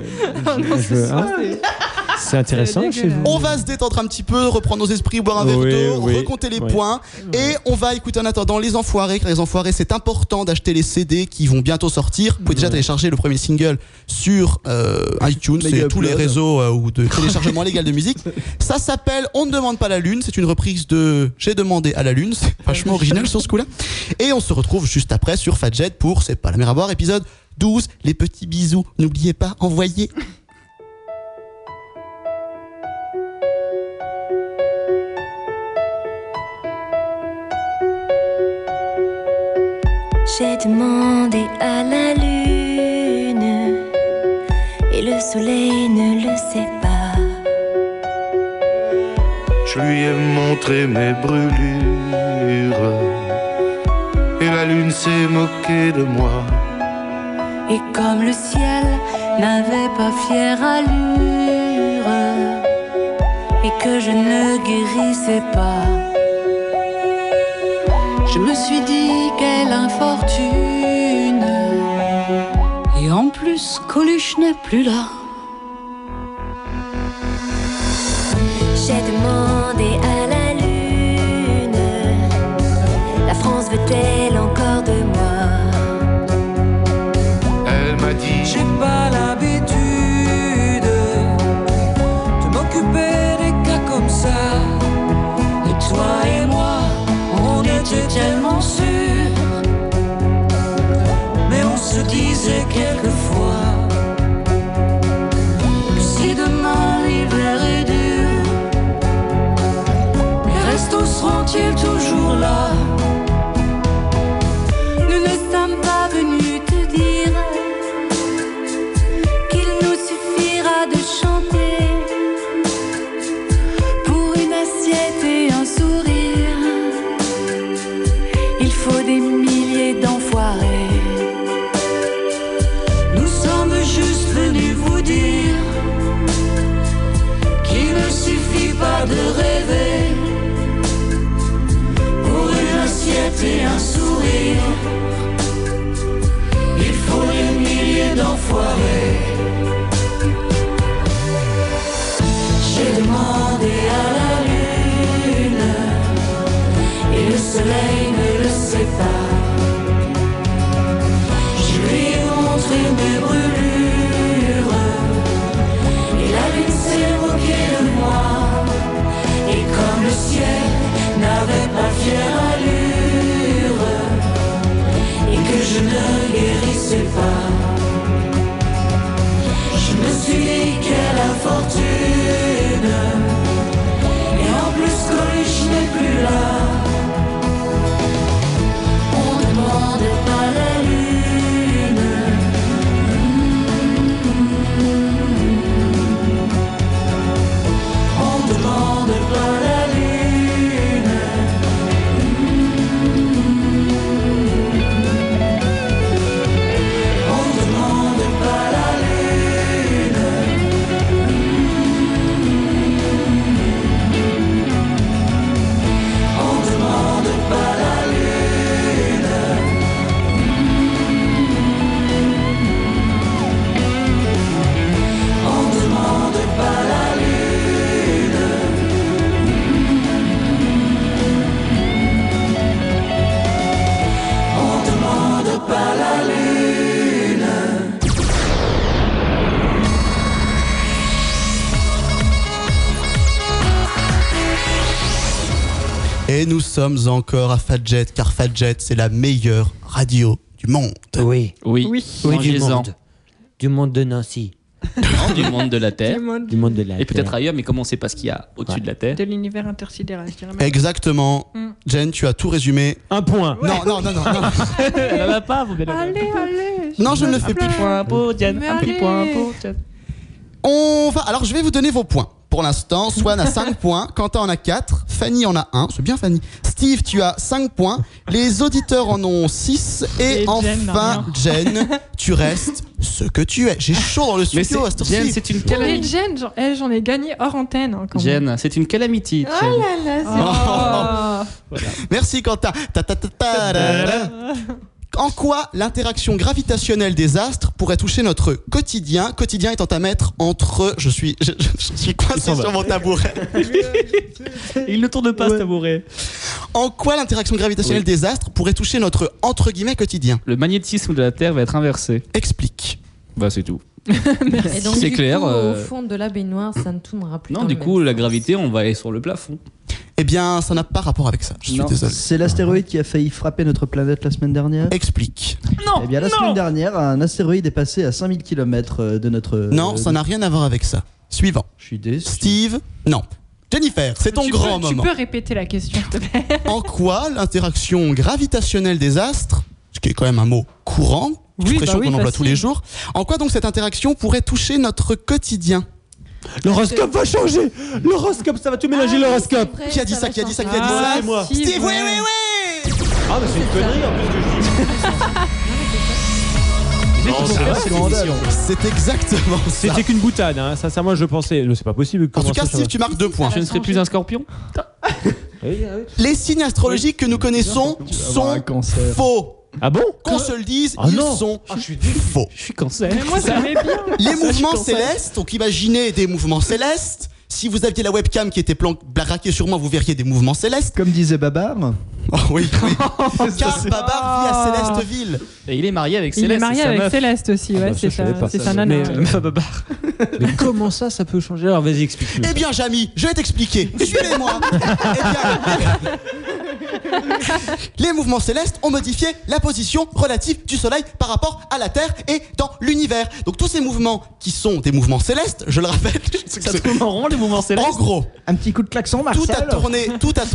C'est intéressant C'est chez vous. On va se détendre un petit peu, reprendre nos esprits, boire un verre Oui, d'eau, oui, recompter les oui. points. Et on va écouter en attendant Les Enfoirés, car Les Enfoirés, c'est important d'acheter les CD qui vont bientôt sortir. Vous pouvez déjà télécharger le premier single sur iTunes Mega et tous les Upload. réseaux ou de téléchargement légal de musique. Ça s'appelle On ne demande pas la lune. C'est une reprise de J'ai demandé à la lune. C'est vachement original sur ce coup-là. Et on se retrouve juste après sur Fadjet pour C'est pas la mer à boire, épisode 12. Les petits bisous. N'oubliez pas, envoyez. J'ai demandé à la lune et le soleil ne le sait pas. Je lui ai montré mes brûlures et la lune s'est moquée de moi. Et comme le ciel n'avait pas fière allure et que je ne guérissais pas, je me suis dit quelle infortune. Et en plus Coluche n'est plus là. J'ai demandé sont-ils toujours là? Nous ne sommes pas venus te dire qu'il nous suffira de chanter pour une assiette et un sourire. Il faut des milliers d'enfoirés. Nous sommes juste venus vous dire qu'il ne suffit pas de rêver pour une assiette et un sourire. Il faut des milliers d'enfoirés. J'ai demandé à la lune et le soleil ne le sait pas. Je lui ai montré mes brûlures et la lune s'est moquée de moi. Et comme le ciel n'avait pas fière allure et que je ne guérissais pas, je me suis dit quelle infortune. Et en plus Coluche n'est plus là. On demande pas la lune. On demande pas la lune. On demande pas la lune. On demande pas la lune. On demande pas la lune. On demande pas la lune. Et nous sommes encore à Fadjet, car Fadjet, c'est la meilleure radio du monde. Oui. Oui. Oui, du Mangez-en. monde. Du monde de Nancy. Non, du monde de la Terre. Du monde de la Et peut-être Terre. ailleurs, mais comme on sait pas ce qu'il y a au-dessus de la Terre. De l'univers intersidéral, je dirais même. Exactement. Jen, tu as tout résumé. Un point. Non, non, non, non. non. Elle va pas, vous Allez, allez. Non, je ne le fais plus. point pour Diane. Mais Un petit allez. point pour Diane. On va. Alors, je vais vous donner vos points. Pour l'instant, Swan a 5 points, Quentin en a 4, Fanny en a 1, c'est bien Fanny. Steve, tu as 5 points, les auditeurs en ont 6 et Et Jen n'a enfin, Jen, tu restes ce que tu es. J'ai chaud dans le Mais studio à cette Jen, heure-ci. c'est une Mais calamité. Jen, j'en ai gagné hors antenne. Hein, quand même. Jen, c'est une calamité. Oh là là, c'est Merci Quentin. Ta-ta-ta-ta-da-da. En quoi l'interaction gravitationnelle des astres pourrait toucher notre quotidien? Quotidien étant à mettre entre... Je suis coincé sur mon tabouret. Il ne tourne pas ce tabouret. En quoi l'interaction gravitationnelle des astres pourrait toucher notre entre guillemets quotidien? Le magnétisme de la Terre va être inversé. Explique. Bah c'est tout. Et donc, C'est du clair, coup, au fond de la baignoire, ça ne tournera plus. Non, dans du le coup, même la sens. gravité, on va aller sur le plafond. Eh bien, ça n'a pas rapport avec ça. Je suis Non. désolé. C'est l'astéroïde qui a failli frapper notre planète la semaine dernière. Explique. Non. Eh bien, la semaine dernière, un astéroïde est passé à 5000 km de notre. Non, ça n'a rien à voir avec ça. Suivant. Je suis déçu. Steve. Non. Jennifer, c'est ton grand moment. Tu peux répéter la question, s'il te plaît. En quoi l'interaction gravitationnelle des astres, ce qui est quand même un mot courant, expression qu'on emploie tous les jours, en quoi donc cette interaction pourrait toucher notre quotidien? L'horoscope va changer. L'horoscope, ça va tout mélanger l'horoscope. Après, Qui a dit ça? Qui a dit ça? Qui a dit Ah, ça? C'est moi. si, Steve, oui, ouais. oui, oui. Ah, mais c'est une connerie en plus que je dis. Non, c'est vrai, c'est l'émission. C'est exactement ça. C'était qu'une boutade, hein. Ça, moi je pensais. C'est pas possible. En Comment tout cas, ça, ça Steve, va tu marques 2 points. Je ne serai plus un scorpion. Les signes astrologiques que nous connaissons sont faux. Ah bon? Qu'on se le dise, Ah ils non. sont faux. Je suis cancer. Mais moi, ça m'est bien. Les mouvements célestes, donc imaginez des mouvements célestes. Si vous aviez la webcam qui était braquée sur moi, vous verriez des mouvements célestes. Comme disait Babar. Oh oui, oui. Car Babar vit à Célesteville. Et il est marié avec Il Céleste. est marié c'est sa avec meuf. Céleste aussi, ouais, bah, ça, c'est je savais pas. sa nana. Mais comment ça peut changer? Alors vas-y, explique-nous. Eh bien, Jamy, je vais t'expliquer. Suivez-moi. Les mouvements célestes ont modifié la position relative du Soleil par rapport à la Terre et dans l'univers. Donc tous ces mouvements qui sont des mouvements célestes, je le rappelle, Ça tourne en rond, les mouvements célestes. en gros, Un petit coup de klaxon, Marcel. tout a tourné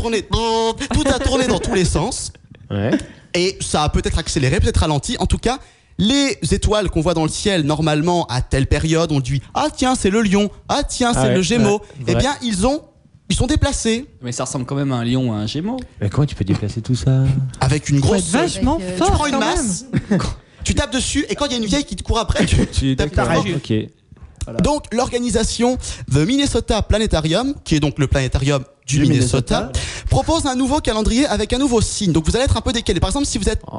dans tous les sens. Ouais. Et ça a peut-être accéléré, peut-être ralenti. En tout cas, les étoiles qu'on voit dans le ciel normalement à telle période, on dit ah tiens c'est le Lion, ah tiens c'est ouais, le Gémeaux. ouais, Eh vrai. bien ils sont déplacés Mais ça ressemble quand même à un lion ou à un gémeaux. Mais comment tu peux déplacer tout ça? avec une Faut être grosse. vachement Avec, Tu fort prends une quand masse, tu tapes dessus et quand il y a une vieille qui te court après, tu tapes ta D'accord, règle. ok. Donc l'organisation The Minnesota Planetarium, qui est donc le planétarium du Minnesota, propose un nouveau calendrier avec un nouveau signe. Donc vous allez être un peu décalé. Par exemple, si vous êtes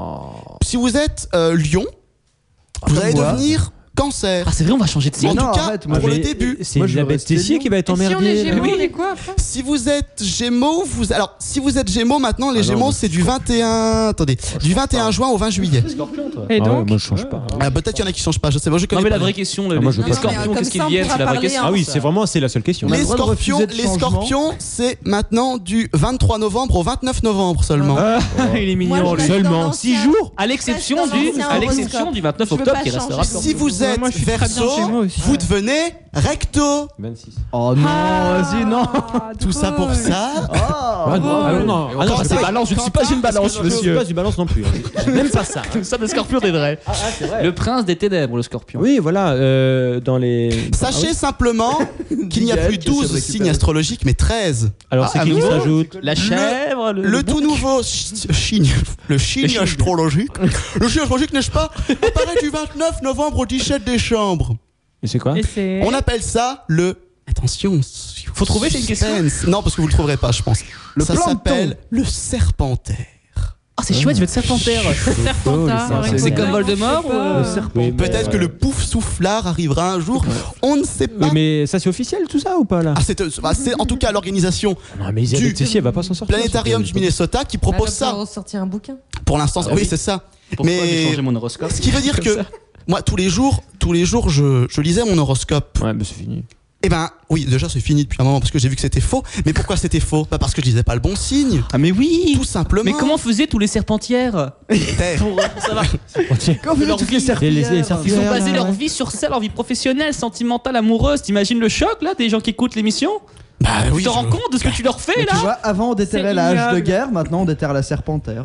Lion, vous allez moi. devenir Cancer. Ah, c'est vrai, on va changer de En signe. non, tout cas, arrête, moi, pour mais le début. C'est Moi, je veux Elisabeth rester Tessier Lion. qui va être Et si on est emmerdée. Gémeaux, là. on est quoi après Si vous êtes Gémeaux, alors si vous êtes Gémeaux maintenant, les Ah non, Gémeaux mais c'est du 21, attendez, du 21 juin au 20 juillet. Scorpion, toi. Et Ah ouais, donc moi je change pas. Ah, peut-être qu'il y en a qui changent pas, je sais pas, je connais Non, mais pas. la vraie question, Ah, moi, je veux les pas. scorpions, Comme qu'est-ce ça, qu'ils on viennent pourra C'est la vraie parler question. en- Ah oui, c'est vraiment c'est la seule question. On a Les le droit de Scorpions, refuser de les changement. Scorpions, c'est maintenant du 23 novembre au 29 novembre seulement. Ah, Il est Moi, mignon, je lui. reste dans Seulement l'ancien. 6 jours. À l'exception Reste dans du, l'ancien à l'exception horoscope. du 29 Je veux octobre pas qui restera changer. Scorpion. Si vous êtes moi, je suis très bien Verseau, Gémeaux aussi. vous devenez Recto. 26. Oh non, vas-y, non. Tout ça pour ça. Oh. Ah non, ah non, ah non, C'est c'est pas balance, je ne suis pas une balance, Je ne suis monsieur. pas une balance non plus. hein. Même pas ça. Ça, le scorpion des vrais. Le prince des ténèbres, le scorpion. Oui, voilà, dans les. Sachez simplement qu'il n'y a plus 12 signes astrologiques, mais 13. Alors c'est qui nouveau, s'ajoute? La chèvre, Le tout nouveau signe astrologique, le signe astrologique, n'est-ce pas, apparaît du 29 novembre au 17 décembre. Et c'est quoi? Et c'est. On appelle ça le... Attention, Faut trouver, c'est une question. suspense. Non, parce que vous le trouverez pas, je pense. Ça plancton. s'appelle le serpentaire. Ah, c'est chouette, je vais être serpentaire. Serpentard. c'est C'est bon. comme Voldemort ou Le serpent. Oui, mais, Peut-être que le pouf soufflard arrivera un jour, on ne sait pas. Oui, mais ça c'est officiel tout ça ou pas là? Ah, c'est en tout cas l'organisation Non mais Elisabeth du Tessier elle va pas s'en sortir. Planétarium du Minnesota qui propose ça. Sortir un bouquin. Pour l'instant, oui, c'est ça. Pourquoi j'ai Mais changé mon horoscope ce qui veut dire Comme que ça. moi, tous les jours, je lisais mon horoscope. Ouais, mais c'est fini. Eh ben, oui, déjà c'est fini depuis un moment parce que j'ai vu que c'était faux. Mais pourquoi c'était faux? Bah parce que je disais pas le bon signe. Ah, mais oui. Tout simplement. Mais comment faisaient tous les serpentières pour savoir Quand vous leur toutes les vie. serpillères. Ils ont basé leur vie sur ça, leur vie professionnelle, sentimentale, amoureuse. T'imagines le choc là des gens qui écoute l'émission? Bah oui. Tu te rends compte de ce que tu leur fais Mais tu là? vois, avant on déterrait C'est la hache de ignoble. guerre, maintenant on déterre la serpentaire.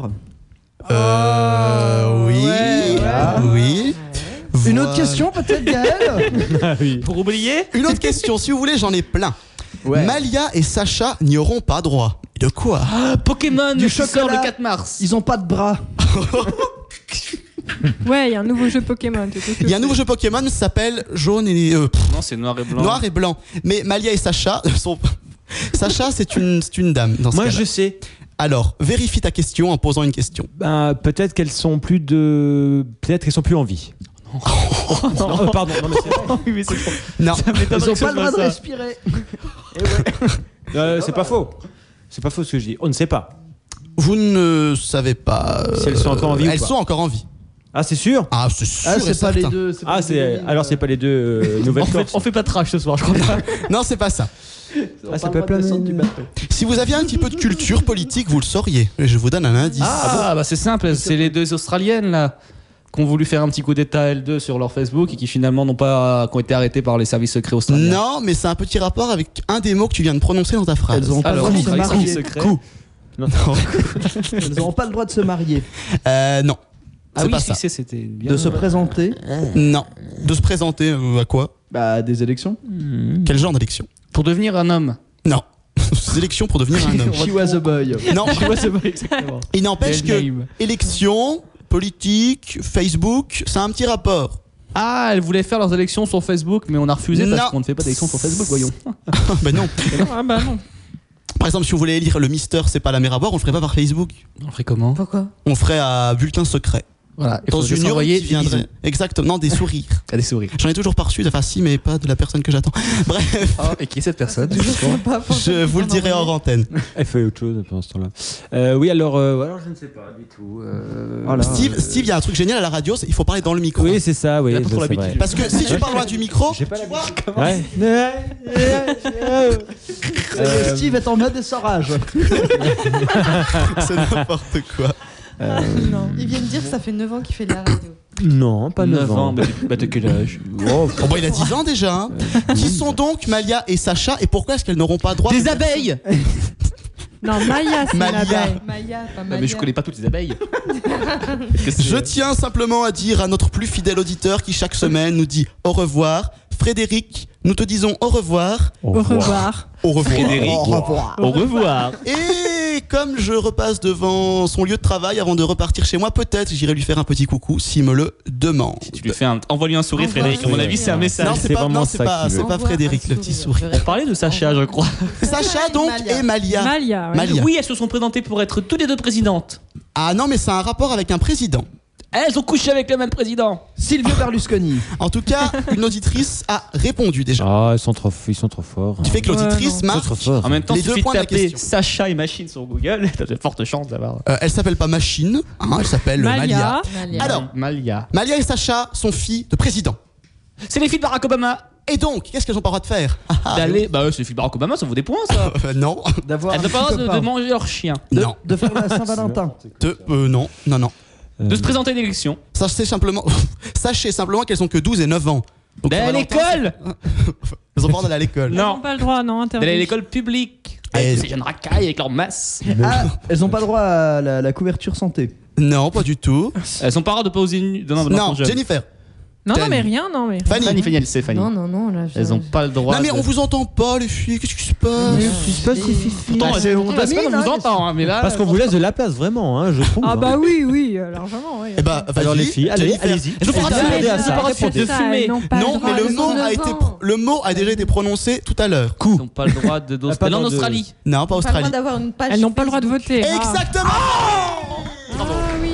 Oui. voilà. Oui. Une Voilà. autre question peut-être, Gaël? Ah oui. Pour oublier? Une autre question, si vous voulez, j'en ai plein. Ouais. Malia et Sacha n'y auront pas droit. De quoi? Pokémon Du qui sort chocolat. le 4 mars. Ils ont pas de bras. Ouais, il y a un nouveau jeu Pokémon. c'est tout ce que Il y a un je nouveau sais. jeu Pokémon qui s'appelle Jaune et Non, c'est noir et blanc. Noir et Blanc. Mais Malia et Sacha sont. Sacha, c'est une dame dans ce Moi cas-là. je sais. Alors, vérifie ta question en posant une question. Ben, peut-être qu'elles sont plus en vie. Non, pardon, non mais c'est vrai. Oui, mais c'est faux. Non, Ils ont pas le droit de respirer. C'est pas faux. C'est pas faux ce que je dis. On ne sait pas. vous ne savez pas. Si elles sont encore en vie ou Elles pas. sont encore en vie. Ah c'est sûr. Ah, c'est sûr. Ah, et c'est pas les certain. deux. Ah c'est alors c'est pas les deux nouvelles corses. On fait pas de trash ce soir, je crois. Non, c'est pas ça. Ah, ça peut être plein du bateau. Si vous aviez un petit peu de culture politique, vous le sauriez. Et je vous donne un indice. Ah, bah c'est simple, c'est les deux Australiennes là qui ont voulu faire un petit coup d'état L2 sur leur Facebook et qui finalement qui ont été arrêtés par les services secrets australiens. Non, mais c'est un petit rapport avec un des mots que tu viens de prononcer dans ta phrase. Elles ont pas le Alors, droit de on se travaille sur les marier. secrets. Coup. Non. Elles n'auront pas le droit de se marier, Non. Ah C'est oui, pas si, ça. c'était bien. de se présenter Non. De se présenter à quoi? à des élections. Quel genre d'élection? Pour devenir un homme. Non. Des élections pour devenir un homme. She was a boy. Non. Exactement. Il n'empêche Quel que name. élection, politique, Facebook, c'est un petit rapport. Ah, elles voulaient faire leurs élections sur Facebook, mais on a refusé Non. parce qu'on ne fait pas d'élections sur Facebook, voyons. Ben non. Ah bah non. Par exemple, si vous voulez élire le Mister, c'est pas la mer à boire, on le ferait pas par Facebook. On ferait comment? Pourquoi? On le ferait à bulletin secret. Voilà. Il Dans faut une juste urne envoyer qui des bisous. viendrait. Exactement. Non, des sourires. Ah, des sourires. J'en ai toujours pas reçu. Enfin, si, mais pas de la personne que j'attends. Bref. Oh, et qui est cette personne? Je vous le dirai hors antenne. Elle fait autre chose pendant ce temps-là. Oui, alors je ne sais pas du tout. Voilà. Steve, il y a un truc génial à la radio, il faut parler dans le micro. Oui, c'est ça, oui. Il a pas trop ça, c'est l'habitude. vrai. Parce que si tu parles loin du micro, J'ai pas tu vois, Ouais. Steve est en mode essorage. c'est n'importe quoi. Il vient de dire que ça fait 9 ans qu'il fait de la radio. Non, pas 9 ans. Bah, de quel âge? Oh, Bon, il a 10 ans déjà. Hein. Qui sont donc Malia et Sacha et pourquoi est-ce qu'elles n'auront pas droit Des abeilles! Non, Maya, c'est Malia. l'abeille. Maya, pas Non, Maya. mais je connais pas toutes les abeilles. Je tiens simplement à dire à notre plus fidèle auditeur qui chaque semaine nous dit au revoir, Frédéric, nous te disons au revoir. Au revoir. Au revoir. Frédéric. Au revoir. Au revoir. Et comme je repasse devant son lieu de travail avant de repartir chez moi, peut-être j'irai lui faire un petit coucou s'il me le demande. Si tu lui fais envoie-lui un sourire, Envoie Frédéric. un À mon avis, c'est un sourire. message. Non, c'est c'est pas, vraiment non, ça c'est pas, qu'il veut. c'est pas Envoie Frédéric, un le petit sourire. On parlait de Sacha, je crois. Sacha donc Malia. et Malia. Malia, ouais. Malia. Oui, elles se sont présentées pour être toutes les deux présidentes. Ah non, mais c'est un rapport avec un président. Elles ont couché avec le même président. Silvio Berlusconi. En tout cas, une auditrice a répondu déjà. Ah, ils sont trop forts. Tu fais que l'auditrice Ouais, Ils sont marque. trop forts. En même temps, Les il deux suffit de points de la taper question. Sacha et machine sur Google. T'as de fortes chances d'avoir. Elle s'appelle pas Machine, hein, elle s'appelle Malia. Malia. Alors, Malia. Malia et Sacha sont filles de président. C'est les filles de Barack Obama. Et donc, qu'est-ce qu'elles ont pas le droit de faire? D'aller. Bah, c'est les filles de Barack Obama, ça vaut des points, ça. Non, D'avoir Elles un n'ont pas le petit droit copain. de manger leur chien. non. De faire la Saint-Valentin. Non, non, non. De se présenter à une élection. Sachez simplement qu'elles ont que 12 et 9 ans. Donc, D'aller à Saint-Valentin, l'école. elles ont pas le droit d'aller à l'école. Ils n'ont pas le droit, non, interdit. D'aller à l'école publique. Et- Avec ces jeunes racailles avec leur masse. Ah, elles ont pas droit à la couverture santé. Non, pas du tout. Elles sont pas droit de poser une. Non, Jennifer. Non, non, Telle. mais rien, non, mais. Fanny. Fanny, elle sait, Fanny. Non, non, non, là. Elles ont pas le droit. Non mais de- on vous entend pas les filles, qu'est-ce qui se passe? Pourtant, c'est on la semaine, on vous entend, hein, mais là. Parce qu'on vous laisse de la place, vraiment, hein, je trouve. Ah, hein. bah oui, oui, largement, oui. Eh bah, Alors vas-y, les filles, Jennifer. allez-y. Elles ont pas le droit de Répondez à fumer, ça, elles ont pas le droit de répondez. fumer. Non, mais le mot a déjà été prononcé tout à l'heure. Elles n'ont pas le droit de. pas Elle est en le droit de- Australie. Non, pas Pas le Australie. droit d'avoir une page. Elles n'ont pas le droit de voter. Ah. Exactement. Ah oui.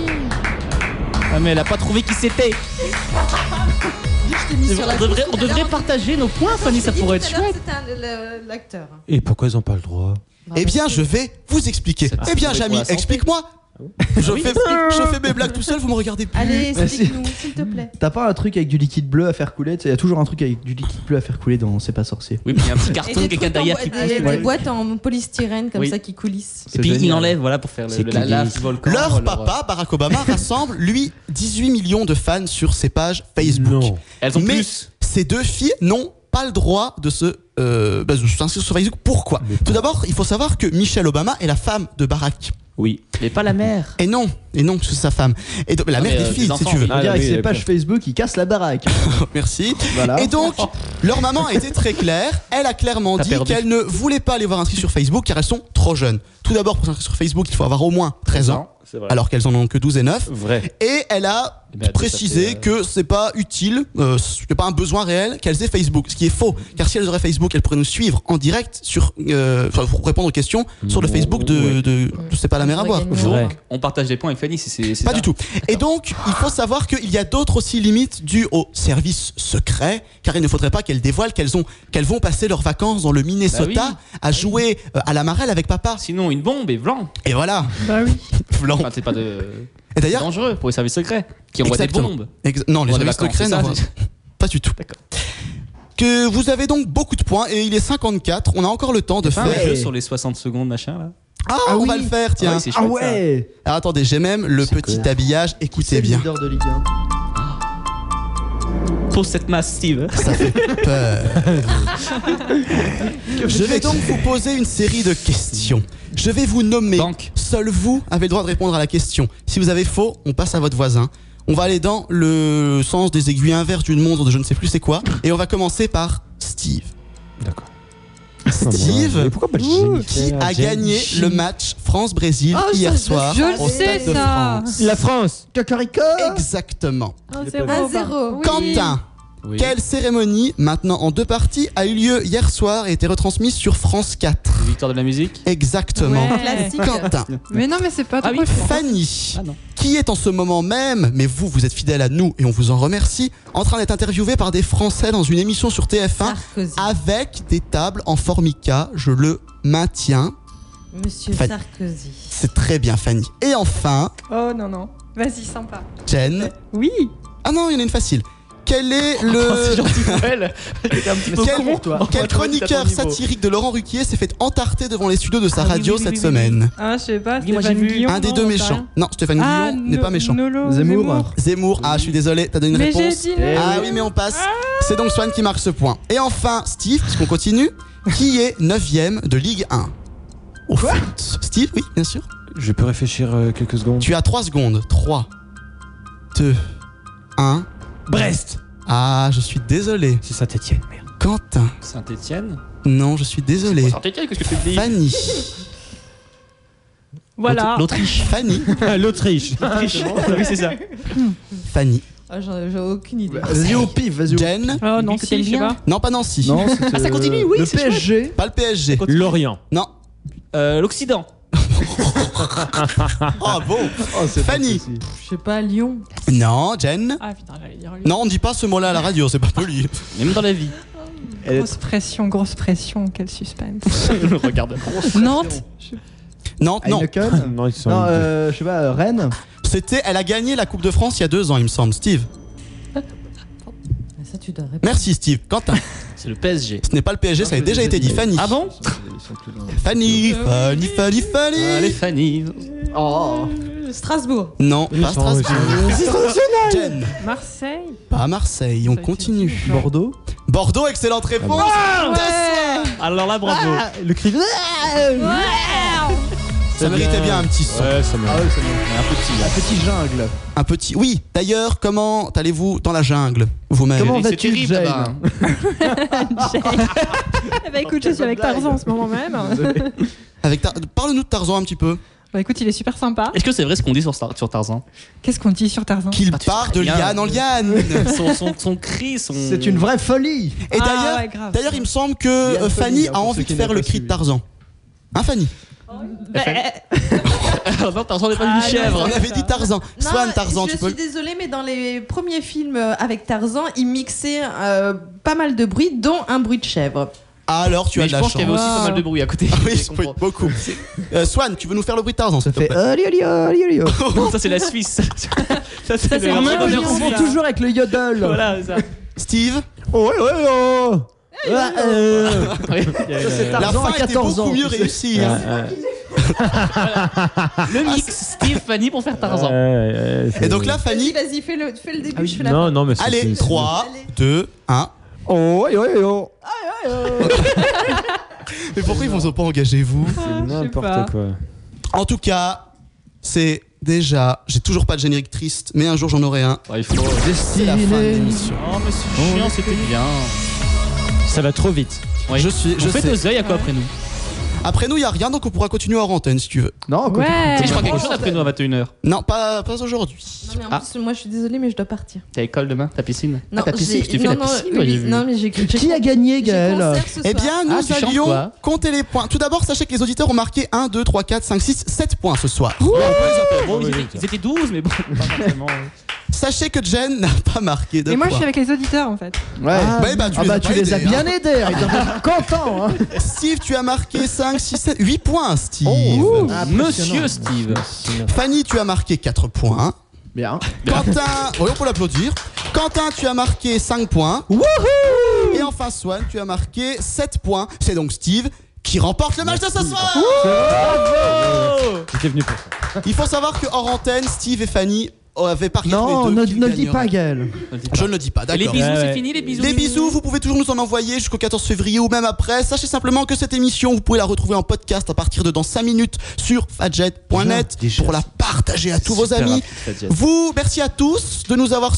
Ah, mais elle a pas trouvé qui c'était. Je t'ai mis sur la touche On tout à devrait l'heure. partager nos points, Fanny, ça J'ai dit pourrait tout être à l'heure, chouette. C'était l'acteur. Et pourquoi ils n'ont pas le droit? Eh bien, je vais vous expliquer. Ça Eh bien, pourrait Jamy, pour la santé. explique-moi. Je fais mes blagues tout seul, vous me regardez plus. Allez, Vas-y. explique-nous, s'il te plaît. T'as pas un truc avec du liquide bleu à faire couler? Il y a toujours un truc avec du liquide bleu à faire couler dans C'est pas sorcier. Oui, puis il y a un petit Et carton, des quelqu'un trucs derrière en qui bois- pousse. des Ouais. boîtes en polystyrène comme Oui. ça qui coulissent. Et puis il génial. enlève, voilà, pour faire C'est la qu'ils lave disent. du volcan. Leur papa, Barack Obama, rassemble, lui, 18 millions de fans sur ses pages Facebook. Non. Elles ont Mais plus. ces deux filles n'ont pas le droit de de s'inscrire sur Facebook. Pourquoi? Tout d'abord, il faut savoir que Michelle Obama est la femme de Barack. Oui. Mais pas la mère. Et non, parce que c'est sa femme. Et donc, la Non, mère mais, des filles, des si enfants, tu veux. oui. On dirait oui, avec ses oui, pages Facebook, il casse la baraque. Merci. Voilà. Et donc, leur maman a été très claire. Elle a clairement T'as dit perdu. qu'elle ne voulait pas les voir inscrits sur Facebook car elles sont trop jeunes. Tout d'abord, pour s'inscrire sur Facebook, il faut avoir au moins 13 ans, C'est vrai. alors qu'elles en ont que 12 et 9. Vrai. Et elle a Eh ben, précisé ça fait, que c'est pas utile, c'est pas un besoin réel qu'elles aient Facebook. Ce qui est faux, car si elles auraient Facebook, elles pourraient nous suivre en direct sur, pour répondre aux questions sur le Facebook de C'est pas la mer à boire. Vrai. Donc, on partage des points avec Fanny, c'est Pas ça. du tout. Et donc, il faut savoir qu'il y a d'autres aussi limites dues au service secret, car il ne faudrait pas qu'elles dévoilent qu'elles vont passer leurs vacances dans le Minnesota à jouer à la marelle avec papa. Sinon, une bombe et blanc. Et voilà. Bah oui. Blanc. Enfin, c'est pas de. Et d'ailleurs, dangereux pour les services secrets qui envoient des Exactement. bombes. Non, les Pour les services vacances, secrets, c'est ça, non, c'est- pas du tout. D'accord. Que vous avez donc beaucoup de points et il est 54. On a encore le temps de Pas faire. un jeu sur les 60 secondes, machin là. Ah, Ah on oui. va le faire, tiens. Ah oui, c'est Ah chouette, ouais. Alors attendez, j'ai même le C'est petit cool. habillage. Écoutez bien. Leader de Ligue 1. ça. Pose cette masse, Steve. Ça fait peur. Je vais donc vous poser une série de questions. Je vais vous nommer. Banque. Seul vous avez le droit de répondre à la question. Si vous avez faux, on passe à votre voisin. On va aller dans le sens des aiguilles inverses d'une montre de je ne sais plus c'est quoi. Et on va commencer par Steve. D'accord. Steve, Mais pourquoi pas Jennifer, qui a gagné Jenny. le match France-Brésil Oh, hier je soir Je au le sais, Stade de ça. France. La France. Cocorico. Exactement. Un J'ai zéro. pas Un zéro. Oui. Quentin, Oui. Quelle cérémonie, maintenant en 2 parties, a eu lieu hier soir et a été retransmise sur France 4? Victoire de la musique. Exactement. Ouais. Classique. Quentin. Mais non, mais c'est pas trop. oui. Fanny, Ah non. qui est en ce moment même, mais vous êtes fidèle à nous et on vous en remercie, en train d'être interviewée par des Français dans une émission sur TF1 Sarkozy. avec des tables en formica, je le maintiens. Monsieur Fanny. Sarkozy. C'est très bien Fanny. Et enfin, Oh non, non. Vas-y, sympa. Jen. Oui. Ah non, il y en a une facile. Quel est le... C'est gentil pour elle. J'étais un petit peu Quel, con, toi. quel chroniqueur satirique de Laurent Ruquier s'est fait entarter devant les studios de sa Ah oui, radio oui, oui, cette oui, semaine? Ah, je sais pas. Oui, moi, j'ai Stéphane vu Guillon, Un des non, deux t'as méchants. rien. Non, Stéphane Ah, Guillon n'est pas méchant. Nolo, Zemmour. Zemmour, ah je suis désolé, t'as donné une Mais réponse. j'ai dit Nolo. Ah oui, mais on passe. C'est donc Swan qui marque ce point. Et enfin, Steve, puisqu'on continue, qui est 9ème de Ligue 1 au foot. Steve, oui, bien sûr. Je peux réfléchir quelques secondes. Tu as 3 secondes. 3, 2, 1. Brest. Ah, je suis désolé. C'est Saint-Etienne, merde. Quentin. Saint-Etienne. Non, je suis désolé. Saint-Etienne, qu'est-ce que tu te dis? Fanny. Voilà. L'Autriche. Fanny. L'Autriche. Oui, c'est ça. Fanny. Ah, j'ai aucune idée. Vas-y au pif, vas-y au pif. Jen. Oh non, je sais pas. Non, pas Nancy. Non, Ah, ça continue, oui, Le c'est PSG. Pas le PSG. Lorient. Non. L'Occident. Oh bon. Oh, c'est Fanny. pas possible. Je sais pas, Lyon. Non, Jen. Ah putain, j'allais dire lui. Non, on dit pas ce mot-là à la radio, c'est pas poli. Même dans la vie. Grosse pression, quel suspense. Regarde. Nantes. Nantes, non. Heineken. Non, ils sont. Non, je sais pas, Rennes. C'était, elle a gagné la Coupe de France il y a 2 ans, il me semble. Steve. Ça, tu dois répondre. Merci, Steve. Quentin. C'est le PSG. Ce n'est pas le PSG, ça a déjà été dit. Fanny. Ah bon? Fanny. Allez, Fanny. Oh. Strasbourg. Non, pas Strasbourg. Jen. Marseille. Pas Marseille, on continue. Bordeaux. Bordeaux, excellente réponse. de Swan. Alors là, bravo. Le cri. Ça méritait bien un petit son. Ouais, ça me. Ah ouais, c'est un petit jungle. Un petit. Oui, d'ailleurs, comment allez-vous dans la jungle vous-même? Comment C'est vas-tu, terrible Jane là-bas. Eh bah écoute, je suis avec Tarzan en ce moment même. Parle-nous de Tarzan un petit peu. Bah écoute, il est super sympa. Est-ce que c'est vrai ce qu'on dit sur Tarzan? Qu'est-ce qu'on dit sur Tarzan? Qu'il tu part ferais de bien. liane en liane. Son cri, son. C'est une vraie folie. Et Ah ouais, grave. d'ailleurs, il me semble que Liane Fanny Folie, a pour envie ceux de qui faire n'ont le pas cri de suivi. Tarzan. Hein, Fanny? Non, Tarzan n'est pas une Ah, chèvre. On avait dit Tarzan. Non, Swan, Tarzan, je tu peux. suis désolée, mais dans les premiers films avec Tarzan, il mixait pas mal de bruits, dont un bruit de chèvre. Alors, tu as Mais de je la pense chance. qu'il y avait aussi pas mal de bruit à côté. Ah oui, Je oui, comprends. beaucoup. Swan, tu veux nous faire le bruit de Tarzan, s'il te Fait plaît? olio. Non, ça c'est la Suisse. Ça c'est c'est le- un Moi, peu je bien confonds celui-là. toujours avec le yodel. Voilà, ça. Steve, Oh, Ça, c'est la Tarzan fin à était 14 ans. beaucoup mieux tu sais. réussie. hein. Le mix Steve Fanny pour faire Tarzan. Et donc là, Fanny, Vas-y, fais le début, je fais la Non, fin. non, mais c'est. allez, c'est- 3, 2, 1. Oh. Mais pourquoi ils vont pas engager vous? C'est pas. n'importe quoi. En tout cas, c'est déjà. J'ai toujours pas de générique triste, mais un jour j'en aurai un. Il faut. C'est la fin de l'émission. Oh, mais c'est chiant, c'était bien. Ça va trop vite. Ouais. Je suis. On Je fait sais. 2 œils à quoi après nous? Après nous, il y a rien, donc on pourra continuer hors antenne si tu veux. Non, Ouais. Si, je crois quelque chose après nous à 21h. Non, pas aujourd'hui. Non, mais en plus, moi, je suis désolée, mais je dois partir. T'as école demain? Ta piscine? Non, ta piscine, tu fais la piscine, moi, j'ai vu. non, mais j'ai Qui a gagné, Gaël? concert ce Eh soir. bien, nous tu chantes, allions quoi. compter les points. Tout d'abord, sachez que les auditeurs ont marqué 1, 2, 3, 4, 5, 6, 7 points ce soir. Bon, ils étaient 12, mais bon, pas forcément. Sachez que Jen n'a pas marqué de Et moi, je points. suis avec les auditeurs en fait. Ouais. Ouais, bah, tu les as pas les as aidés, bien hein. aidés. Ils doivent être contents. Hein. Steve, tu as marqué 5, 6, 7, 8 points, Steve. Monsieur Steve. Fanny, tu as marqué 4 points. Bien. Quentin, oui, on peut l'applaudir. Quentin, tu as marqué 5 points. Et enfin, Swan, tu as marqué 7 points. C'est donc Steve qui remporte le match de ce soir. J'étais venu pour ça. Il faut savoir que hors antenne, Steve et Fanny avaient parié Non, tous les ne deux qu'ils le dis gagneraient. pas, Gaël. Je ne le dis pas, Et les d'accord. bisous, Ouais, c'est ouais. fini les bisous? Les bisous, vous pouvez toujours nous en envoyer jusqu'au 14 février ou même après. Sachez simplement que cette émission, vous pouvez la retrouver en podcast à partir de dans 5 minutes sur fadjet.net Déjà. pour la partager à tous vos Super amis. rapide, Fadjet. Vous, merci à tous de nous avoir